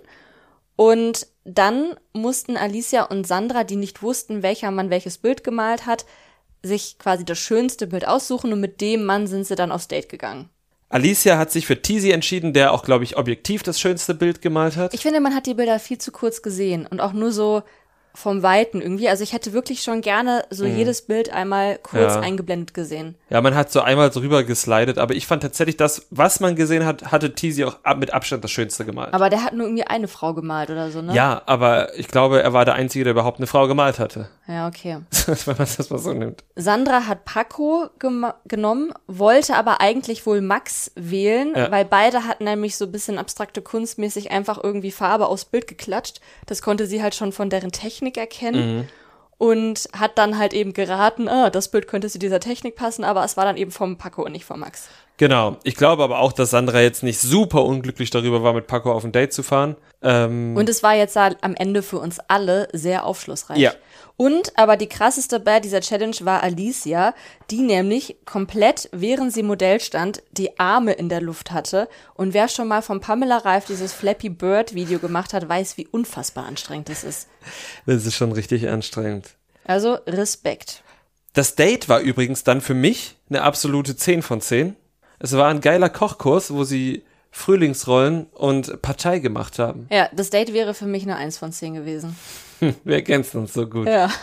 Und dann mussten Alicia und Sandra, die nicht wussten, welcher Mann welches Bild gemalt hat, sich quasi das schönste Bild aussuchen und mit dem Mann sind sie dann aufs Date gegangen. Alicia hat sich für Tizi entschieden, der auch, glaube ich, objektiv das schönste Bild gemalt hat. Ich finde, man hat die Bilder viel zu kurz gesehen und auch nur so vom Weiten irgendwie. Also ich hätte wirklich schon gerne so jedes Bild einmal kurz eingeblendet gesehen. Ja, man hat so einmal drüber geslidet, aber ich fand tatsächlich das, was man gesehen hat, hatte Tizi auch mit Abstand das Schönste gemalt. Aber der hat nur irgendwie eine Frau gemalt oder so, ne? Ja, aber ich glaube, er war der Einzige, der überhaupt eine Frau gemalt hatte. Ja, okay. Wenn man das mal so nimmt. Sandra hat Paco genommen, wollte aber eigentlich wohl Max wählen, weil beide hatten nämlich so ein bisschen abstrakte kunstmäßig einfach irgendwie Farbe aufs Bild geklatscht. Das konnte sie halt schon von deren Technik erkennen und hat dann halt eben geraten, das Bild könnte zu dieser Technik passen, aber es war dann eben vom Paco und nicht von Max. Genau. Ich glaube aber auch, dass Sandra jetzt nicht super unglücklich darüber war, mit Paco auf ein Date zu fahren. Und es war jetzt am Ende für uns alle sehr aufschlussreich. Ja. Und aber die krasseste bei dieser Challenge war Alicia, die nämlich komplett, während sie Modell stand, die Arme in der Luft hatte. Und wer schon mal von Pamela Reif dieses Flappy Bird Video gemacht hat, weiß, wie unfassbar anstrengend das ist. Das ist schon richtig anstrengend. Also Respekt. Das Date war übrigens dann für mich eine absolute 10 von 10. Es war ein geiler Kochkurs, wo sie Frühlingsrollen und Partei gemacht haben. Ja, das Date wäre für mich eine 1 von 10 gewesen. Wir ergänzen uns so gut. Ja.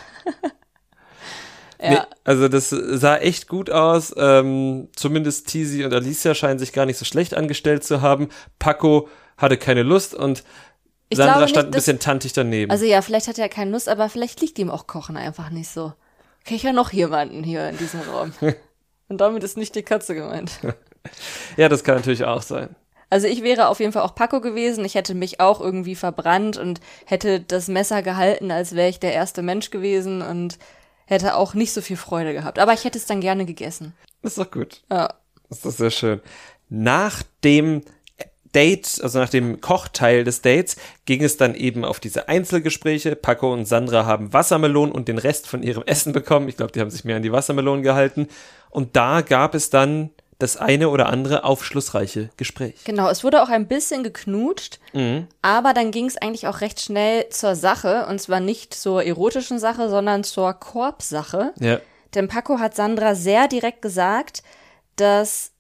Nee, also das sah echt gut aus. Zumindest Tizi und Alicia scheinen sich gar nicht so schlecht angestellt zu haben. Paco hatte keine Lust und Sandra stand ein bisschen tantig daneben. Also ja, vielleicht hat er keine Lust, aber vielleicht liegt ihm auch Kochen einfach nicht so. Kenn ich ja noch jemanden hier in diesem Raum. Und damit ist nicht die Katze gemeint. Ja, das kann natürlich auch sein. Also ich wäre auf jeden Fall auch Paco gewesen. Ich hätte mich auch irgendwie verbrannt und hätte das Messer gehalten, als wäre ich der erste Mensch gewesen und hätte auch nicht so viel Freude gehabt. Aber ich hätte es dann gerne gegessen. Das ist doch gut. Ja. Das ist doch sehr schön. Nach dem Date, also nach dem Kochteil des Dates, ging es dann eben auf diese Einzelgespräche. Paco und Sandra haben Wassermelonen und den Rest von ihrem Essen bekommen. Ich glaube, die haben sich mehr an die Wassermelonen gehalten. Und da gab es dann das eine oder andere aufschlussreiche Gespräch. Genau, es wurde auch ein bisschen geknutscht, aber dann ging es eigentlich auch recht schnell zur Sache, und zwar nicht zur erotischen Sache, sondern zur Korbsache. Ja. Denn Paco hat Sandra sehr direkt gesagt, dass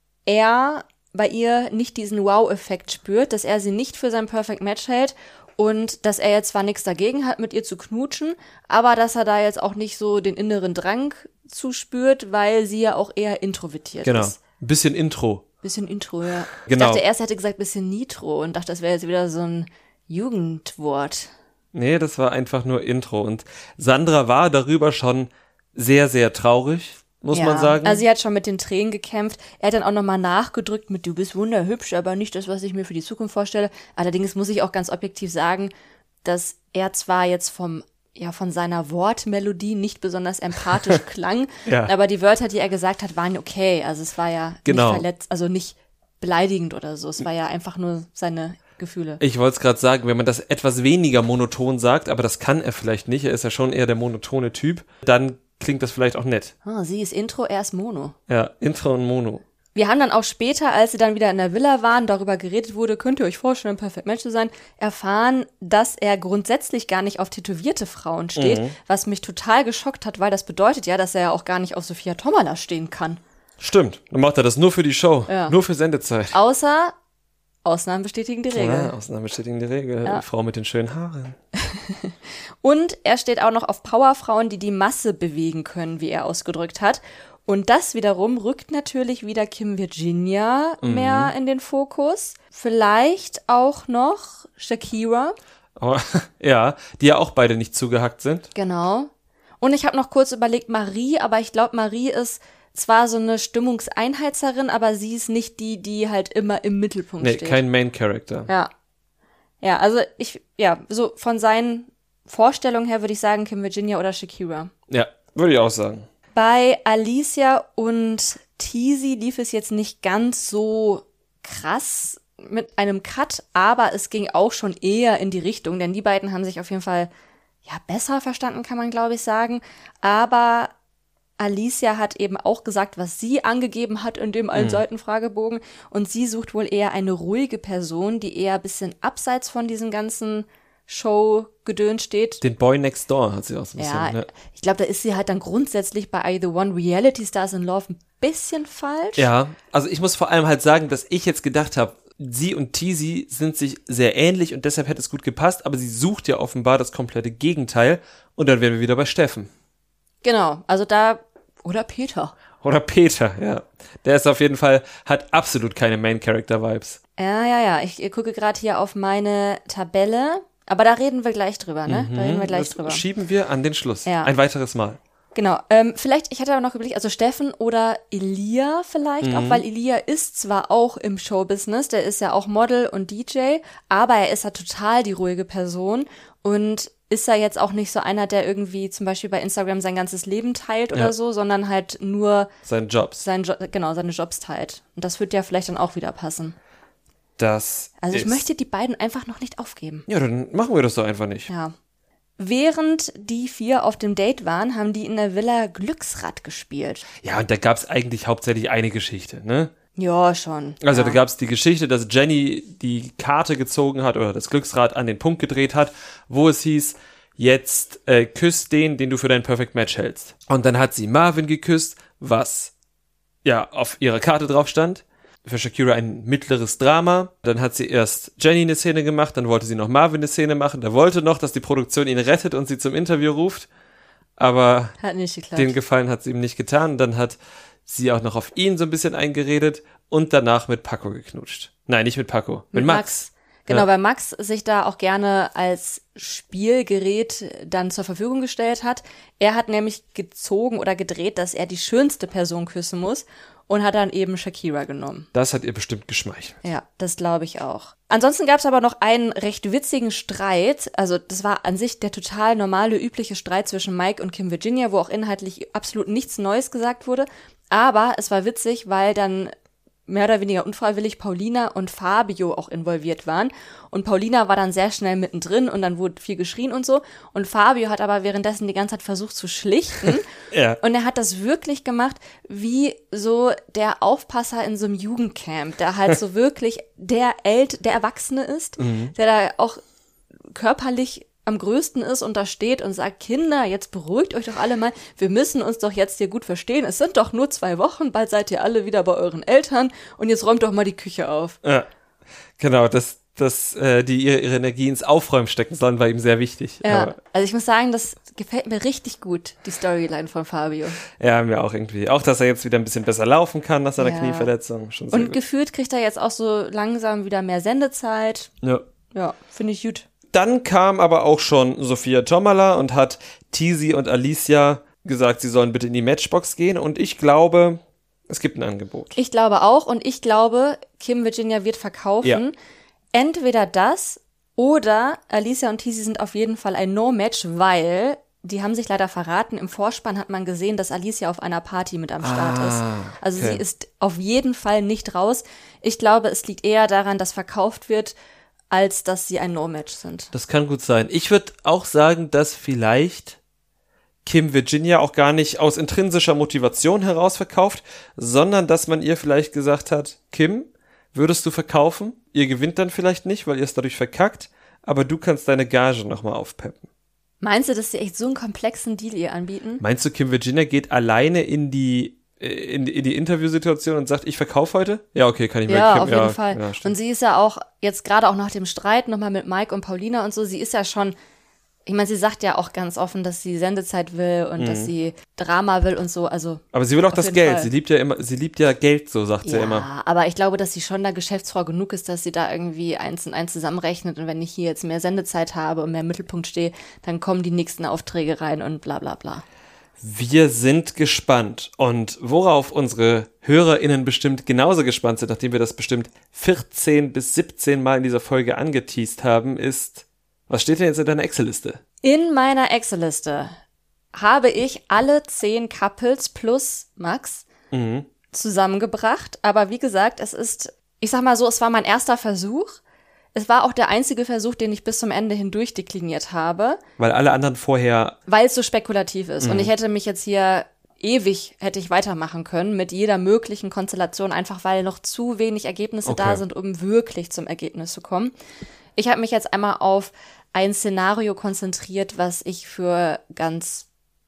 er bei ihr nicht diesen Wow-Effekt spürt, dass er sie nicht für sein Perfect Match hält und dass er jetzt zwar nichts dagegen hat, mit ihr zu knutschen, aber dass er da jetzt auch nicht so den inneren Drang zuspürt, weil sie ja auch eher introvertiert ist. Genau, ein bisschen Intro. Bisschen Intro, ja. Genau. Ich dachte erst, er hätte gesagt bisschen Nitro und dachte, das wäre jetzt wieder so ein Jugendwort. Nee, das war einfach nur Intro. Und Sandra war darüber schon sehr, sehr traurig, muss man sagen. Also sie hat schon mit den Tränen gekämpft. Er hat dann auch nochmal nachgedrückt mit, du bist wunderhübsch, aber nicht das, was ich mir für die Zukunft vorstelle. Allerdings muss ich auch ganz objektiv sagen, dass er zwar jetzt von seiner Wortmelodie nicht besonders empathisch klang, aber die Wörter, die er gesagt hat, waren okay. Also es war ja nicht verletzt, also nicht beleidigend oder so. Es war ja einfach nur seine Gefühle. Ich wollte es gerade sagen, wenn man das etwas weniger monoton sagt, aber das kann er vielleicht nicht, er ist ja schon eher der monotone Typ, dann klingt das vielleicht auch nett. Sie ist Intro, er ist Mono. Ja, Intro und Mono. Wir haben dann auch später, als sie dann wieder in der Villa waren, darüber geredet wurde, könnt ihr euch vorstellen, ein Perfect Match zu sein, erfahren, dass er grundsätzlich gar nicht auf tätowierte Frauen steht, was mich total geschockt hat, weil das bedeutet ja, dass er ja auch gar nicht auf Sophia Tomala stehen kann. Stimmt, dann macht er das nur für die Show, Ja. nur für Sendezeit. Außer Ausnahmen bestätigen die Regel. Ja, Ausnahmen bestätigen die Regel. Ja. Die Frau mit den schönen Haaren. Und er steht auch noch auf Powerfrauen, die die Masse bewegen können, wie er ausgedrückt hat. Und das wiederum rückt natürlich wieder Kim Virginia mehr in den Fokus. Vielleicht auch noch Shakira. Aber, ja, die ja auch beide nicht zugehackt sind. Genau. Und ich habe noch kurz überlegt, Marie, aber ich glaube, Marie ist zwar so eine Stimmungseinheizerin, aber sie ist nicht die, die halt immer im Mittelpunkt Nee, steht. kein Main Character. Ja. Ja, also so von seinen Vorstellungen her würde ich sagen, Kim Virginia oder Shakira. Ja, würde ich auch sagen. Bei Alicia und Teasy lief es jetzt nicht ganz so krass mit einem Cut, aber es ging auch schon eher in die Richtung, denn die beiden haben sich auf jeden Fall besser verstanden, kann man glaube ich sagen. Aber Alicia hat eben auch gesagt, was sie angegeben hat in dem Seiten-Fragebogen. Und sie sucht wohl eher eine ruhige Person, die eher ein bisschen abseits von diesem ganzen Show-Gedöns steht. Den Boy Next Door hat sie auch so ein bisschen. Ja, ich glaube, da ist sie halt dann grundsätzlich bei I The One Reality Stars in Love ein bisschen falsch. Ja, also ich muss vor allem halt sagen, dass ich jetzt gedacht habe, sie und Teasy sind sich sehr ähnlich und deshalb hätte es gut gepasst, aber sie sucht ja offenbar das komplette Gegenteil und dann wären wir wieder bei Steffen. Genau, also da, oder Peter. Oder Peter, ja. Der ist auf jeden Fall, hat absolut keine Main-Character-Vibes. Ja, ich gucke gerade hier auf meine Tabelle, aber da reden wir gleich drüber, ne? Da reden wir gleich drüber. Schieben wir an den Schluss. Ja. Ein weiteres Mal. Genau, vielleicht, ich hatte aber noch überlegt, also Steffen oder Elia vielleicht auch, weil Elia ist zwar auch im Showbusiness, der ist ja auch Model und DJ, aber er ist ja total die ruhige Person und ist ja jetzt auch nicht so einer, der irgendwie zum Beispiel bei Instagram sein ganzes Leben teilt oder so, sondern halt nur Seine Jobs. seine Jobs teilt. Und das wird ja vielleicht dann auch wieder passen. Das Also ich ist, möchte die beiden einfach noch nicht aufgeben. Ja, dann machen wir das doch einfach nicht. Ja. Während die 4 auf dem Date waren, haben die in der Villa Glücksrad gespielt. Ja, und da gab es eigentlich hauptsächlich eine Geschichte, ne? Ja, schon. Also ja. da gab es die Geschichte, dass Jenny die Karte gezogen hat oder das Glücksrad an den Punkt gedreht hat, wo es hieß, jetzt küsst den du für dein Perfect Match hältst. Und dann hat sie Marvin geküsst, was ja auf ihrer Karte drauf stand. Für Shakira ein mittleres Drama. Dann hat sie erst Jenny eine Szene gemacht, dann wollte sie noch Marvin eine Szene machen. Der wollte noch, dass die Produktion ihn rettet und sie zum Interview ruft. Aber Hat nicht geklappt. den Gefallen hat sie ihm nicht getan. Dann hat sie auch noch auf ihn so ein bisschen eingeredet und danach mit Paco geknutscht. Nein, nicht mit Paco, mit Max. Genau, Ja. weil Max sich da auch gerne als Spielgerät dann zur Verfügung gestellt hat. Er hat nämlich gezogen oder gedreht, dass er die schönste Person küssen muss und hat dann eben Shakira genommen. Das hat ihr bestimmt geschmeichelt. Ja, das glaube ich auch. Ansonsten gab es aber noch einen recht witzigen Streit. Also das war an sich der total normale, übliche Streit zwischen Mike und Kim Virginia, wo auch inhaltlich absolut nichts Neues gesagt wurde. Aber es war witzig, weil dann mehr oder weniger unfreiwillig Paulina und Fabio auch involviert waren. Und Paulina war dann sehr schnell mittendrin und dann wurde viel geschrien und so. Und Fabio hat aber währenddessen die ganze Zeit versucht zu schlichten. Ja. Und er hat das wirklich gemacht wie so der Aufpasser in so einem Jugendcamp, der halt so wirklich der Erwachsene ist, der da auch körperlich am größten ist und da steht und sagt, Kinder, jetzt beruhigt euch doch alle mal, wir müssen uns doch jetzt hier gut verstehen, es sind doch nur 2 Wochen, bald seid ihr alle wieder bei euren Eltern und jetzt räumt doch mal die Küche auf. Ja. Genau, dass die ihre Energie ins Aufräumen stecken sollen, war ihm sehr wichtig. Ja, Aber, also ich muss sagen, das gefällt mir richtig gut, die Storyline von Fabio. ja, mir auch irgendwie. Auch, dass er jetzt wieder ein bisschen besser laufen kann nach seiner Ja. Knieverletzung. Schon sehr Und gut. gefühlt kriegt er jetzt auch so langsam wieder mehr Sendezeit. Ja. Ja, finde ich gut. Dann kam aber auch schon Sophia Tomala und hat Teasy und Alicia gesagt, sie sollen bitte in die Matchbox gehen. Und ich glaube, es gibt ein Angebot. Ich glaube auch und ich glaube, Kim Virginia wird verkaufen. Ja. Entweder das oder Alicia und Teasy sind auf jeden Fall ein No-Match, weil die haben sich leider verraten. Im Vorspann hat man gesehen, dass Alicia auf einer Party mit am Start ist. Also okay. sie ist auf jeden Fall nicht raus. Ich glaube, es liegt eher daran, dass verkauft wird, als dass sie ein No-Match sind. Das kann gut sein. Ich würde auch sagen, dass vielleicht Kim Virginia auch gar nicht aus intrinsischer Motivation heraus verkauft, sondern dass man ihr vielleicht gesagt hat, Kim, würdest du verkaufen? Ihr gewinnt dann vielleicht nicht, weil ihr es dadurch verkackt, aber du kannst deine Gage nochmal aufpeppen. Meinst du, dass sie echt so einen komplexen Deal ihr anbieten? Meinst du, Kim Virginia geht alleine in die in die Interviewsituation und sagt, ich verkaufe heute? Ja, okay, kann ich mir Ja, auf jeden Fall. Ja, und sie ist ja auch jetzt gerade auch nach dem Streit nochmal mit Mike und Paulina und so, sie ist ja schon, ich meine, sie sagt ja auch ganz offen, dass sie Sendezeit will und dass sie Drama will und so, also. Aber sie will auch das Geld. Fall. Sie liebt ja Geld, so sagt sie immer. Ja, aber ich glaube, dass sie schon da Geschäftsfrau genug ist, dass sie da irgendwie eins und eins zusammenrechnet und wenn ich hier jetzt mehr Sendezeit habe und mehr im Mittelpunkt stehe, dann kommen die nächsten Aufträge rein und bla bla bla. Wir sind gespannt und worauf unsere HörerInnen bestimmt genauso gespannt sind, nachdem wir das bestimmt 14 bis 17 Mal in dieser Folge angeteast haben, ist, was steht denn jetzt in deiner Excel-Liste? In meiner Excel-Liste habe ich alle 10 Couples plus Max zusammengebracht, aber wie gesagt, es ist, ich sag mal so, es war mein erster Versuch. Es war auch der einzige Versuch, den ich bis zum Ende hindurch dekliniert habe. Weil alle anderen vorher... Weil es so spekulativ ist. Und ich hätte mich jetzt hier hätte ich weitermachen können mit jeder möglichen Konstellation, einfach weil noch zu wenig Ergebnisse da sind, um wirklich zum Ergebnis zu kommen. Ich habe mich jetzt einmal auf ein Szenario konzentriert, was ich für ganz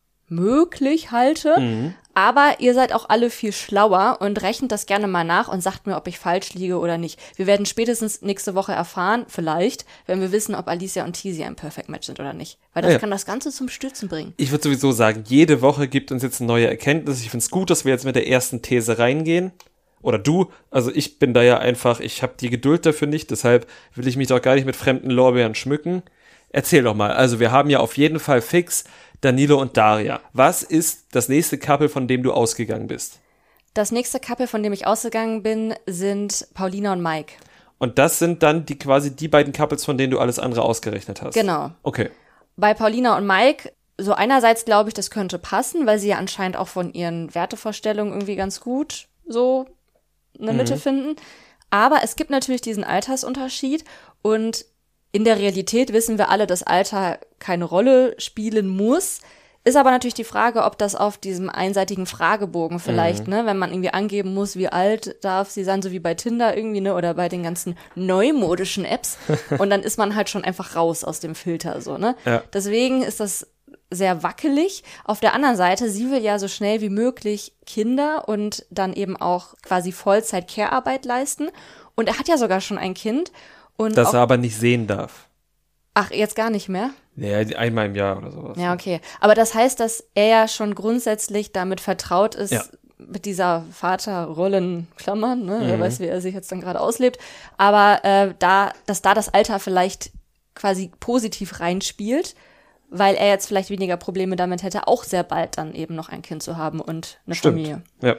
möglich halte. Aber ihr seid auch alle viel schlauer und rechnet das gerne mal nach und sagt mir, ob ich falsch liege oder nicht. Wir werden spätestens nächste Woche erfahren, vielleicht, wenn wir wissen, ob Alicia und Tizi ein Perfect Match sind oder nicht. Weil das kann das Ganze zum Stürzen bringen. Ich würde sowieso sagen, jede Woche gibt uns jetzt eine neue Erkenntnis. Ich finde es gut, dass wir jetzt mit der ersten These reingehen. Oder du, also ich bin da ja einfach, ich habe die Geduld dafür nicht, deshalb will ich mich doch gar nicht mit fremden Lorbeeren schmücken. Erzähl doch mal, also wir haben ja auf jeden Fall fix Danilo und Daria. Was ist das nächste Couple, von dem du ausgegangen bist? Das nächste Couple, von dem ich ausgegangen bin, sind Paulina und Mike. Und das sind dann quasi die beiden Couples, von denen du alles andere ausgerechnet hast? Genau. Okay. Bei Paulina und Mike, so einerseits glaube ich, das könnte passen, weil sie ja anscheinend auch von ihren Wertevorstellungen irgendwie ganz gut so eine Mitte finden. Aber es gibt natürlich diesen Altersunterschied und in der Realität wissen wir alle, dass Alter keine Rolle spielen muss. Ist aber natürlich die Frage, ob das auf diesem einseitigen Fragebogen vielleicht, ne, wenn man irgendwie angeben muss, wie alt darf sie sein, so wie bei Tinder irgendwie, ne, oder bei den ganzen neumodischen Apps. Und dann ist man halt schon einfach raus aus dem Filter, so, ne. Ja. Deswegen ist das sehr wackelig. Auf der anderen Seite, sie will ja so schnell wie möglich Kinder und dann eben auch quasi Vollzeit-Care-Arbeit leisten. Und er hat ja sogar schon ein Kind. Und das er aber nicht sehen darf. Ach, jetzt gar nicht mehr? Ja, einmal im Jahr oder sowas. Ja, okay. Aber das heißt, dass er ja schon grundsätzlich damit vertraut ist, mit dieser Vaterrollenklammern, ne? Wer weiß, wie er sich jetzt dann gerade auslebt. Aber dass da das Alter vielleicht quasi positiv reinspielt, weil er jetzt vielleicht weniger Probleme damit hätte, auch sehr bald dann eben noch ein Kind zu haben und eine Familie. Ja.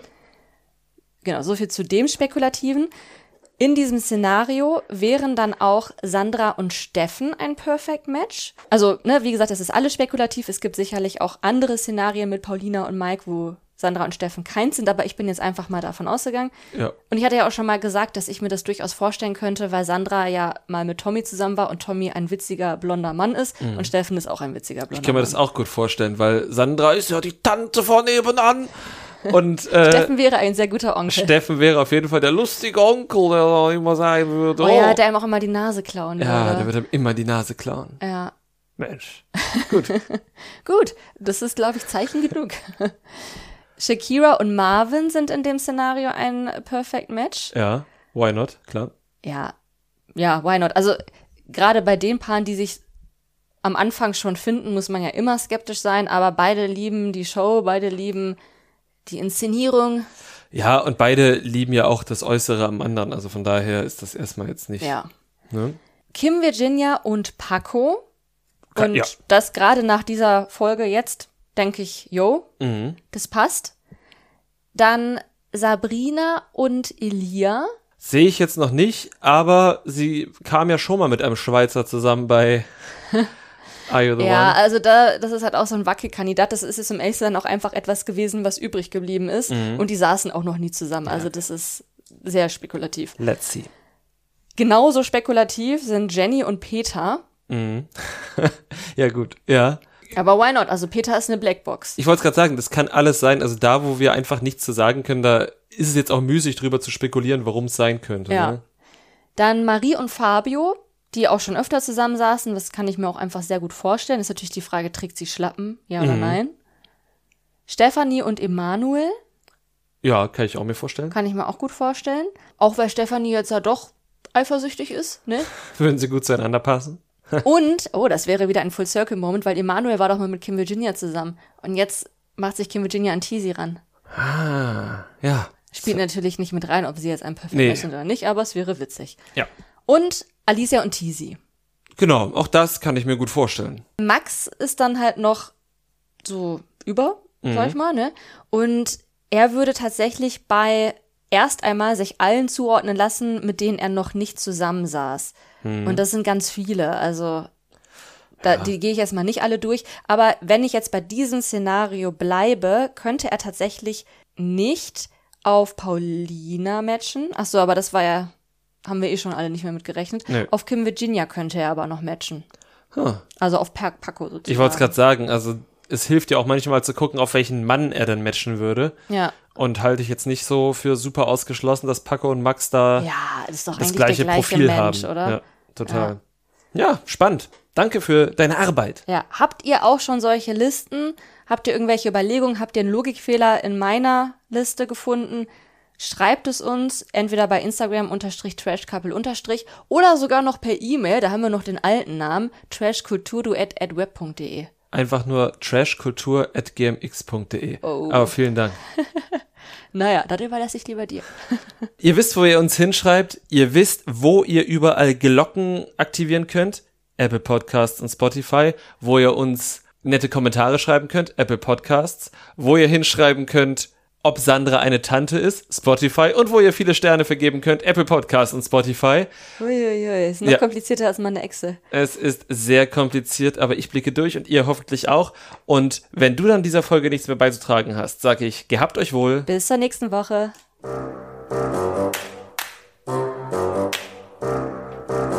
Genau, so viel zu dem Spekulativen. In diesem Szenario wären dann auch Sandra und Steffen ein Perfect Match. Also, ne, wie gesagt, das ist alles spekulativ. Es gibt sicherlich auch andere Szenarien mit Paulina und Mike, wo Sandra und Steffen keins sind, aber ich bin jetzt einfach mal davon ausgegangen. Ja. Und ich hatte ja auch schon mal gesagt, dass ich mir das durchaus vorstellen könnte, weil Sandra ja mal mit Tommy zusammen war und Tommy ein witziger blonder Mann ist und Steffen ist auch ein witziger blonder Mann. Ich kann mir das auch gut vorstellen, weil Sandra ist ja die Tante von nebenan. Und Steffen wäre ein sehr guter Onkel. Steffen wäre auf jeden Fall der lustige Onkel, der immer sagen würde. Oh ja, der ihm auch immer die Nase klauen würde. Ja, der wird ihm immer die Nase klauen. Ja. Mensch. Gut. Gut, das ist, glaube ich, Zeichen genug. Shakira und Marvin sind in dem Szenario ein Perfect Match. Ja, why not, klar. Ja, why not? Also gerade bei den Paaren, die sich am Anfang schon finden, muss man ja immer skeptisch sein, aber beide lieben die Show, beide lieben die Inszenierung. Ja, und beide lieben ja auch das Äußere am anderen, also von daher ist das erstmal jetzt nicht. Ja. Ne? Kim Virginia und Paco. Und das gerade nach dieser Folge jetzt, denke ich, das passt. Dann Sabrina und Elia. Sehe ich jetzt noch nicht, aber sie kam ja schon mal mit einem Schweizer zusammen bei Are You the One? Ja, also das ist halt auch so ein Wackelkandidat. Das ist jetzt im Echtsein auch einfach etwas gewesen, was übrig geblieben ist. Und die saßen auch noch nie zusammen. Also das ist sehr spekulativ. Let's see. Genauso spekulativ sind Jenny und Peter. Ja, gut, ja. Aber why not? Also Peter ist eine Blackbox. Ich wollte es gerade sagen, das kann alles sein. Also da, wo wir einfach nichts zu sagen können, da ist es jetzt auch müßig drüber zu spekulieren, warum es sein könnte. Ja. Ne? Dann Marie und Fabio, die auch schon öfter zusammensaßen. Das kann ich mir auch einfach sehr gut vorstellen. Das ist natürlich die Frage, trägt sie Schlappen? Ja oder nein? Stefanie und Emanuel. Ja, kann ich auch mir vorstellen. Kann ich mir auch gut vorstellen. Auch weil Stefanie jetzt ja doch eifersüchtig ist, ne? Würden sie gut zueinander passen? Und, das wäre wieder ein Full-Circle-Moment, weil Emanuel war doch mal mit Kim Virginia zusammen. Und jetzt macht sich Kim Virginia an Teasy ran. Ah, ja. Spielt natürlich nicht mit rein, ob sie jetzt ein Perfekt sind oder nicht, aber es wäre witzig. Ja. Und Alicia und Teasy. Genau, auch das kann ich mir gut vorstellen. Max ist dann halt noch so sag ich mal, ne? Und er würde tatsächlich erst einmal sich allen zuordnen lassen, mit denen er noch nicht zusammensaß. Und das sind ganz viele, also die gehe ich erstmal nicht alle durch. Aber wenn ich jetzt bei diesem Szenario bleibe, könnte er tatsächlich nicht auf Paulina matchen. Ach so, aber das haben wir schon alle nicht mehr mit gerechnet. Nee. Auf Kim Virginia könnte er aber noch matchen. Also auf Paco sozusagen. Ich wollte es gerade sagen, also es hilft ja auch manchmal zu gucken, auf welchen Mann er dann matchen würde. Ja. Und halte ich jetzt nicht so für super ausgeschlossen, dass Paco und Max da das ist doch das eigentlich gleiche der gleiche Profil Mensch, haben. oder? Ja, total. Ja, spannend. Danke für deine Arbeit. Ja, habt ihr auch schon solche Listen? Habt ihr irgendwelche Überlegungen? Habt ihr einen Logikfehler in meiner Liste gefunden? Schreibt es uns entweder bei Instagram /trashcouple_ oder sogar noch per E-Mail, da haben wir noch den alten Namen, trashkulturduett@web.de. Einfach nur trashkultur@gmx.de. Oh. Aber vielen Dank. Naja, das überlasse ich lieber dir. Ihr wisst, wo ihr uns hinschreibt. Ihr wisst, wo ihr überall Glocken aktivieren könnt. Apple Podcasts und Spotify. Wo ihr uns nette Kommentare schreiben könnt. Apple Podcasts. Wo ihr hinschreiben könnt, ob Sandra eine Tante ist. Spotify. Und wo ihr viele Sterne vergeben könnt. Apple Podcasts und Spotify. Uiuiui, ist noch komplizierter als meine Echse. Es ist sehr kompliziert, aber ich blicke durch und ihr hoffentlich auch. Und wenn du dann dieser Folge nichts mehr beizutragen hast, sage ich, gehabt euch wohl. Bis zur nächsten Woche.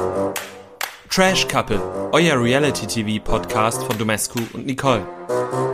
Trash Couple, euer Reality-TV-Podcast von Domescu und Nicole.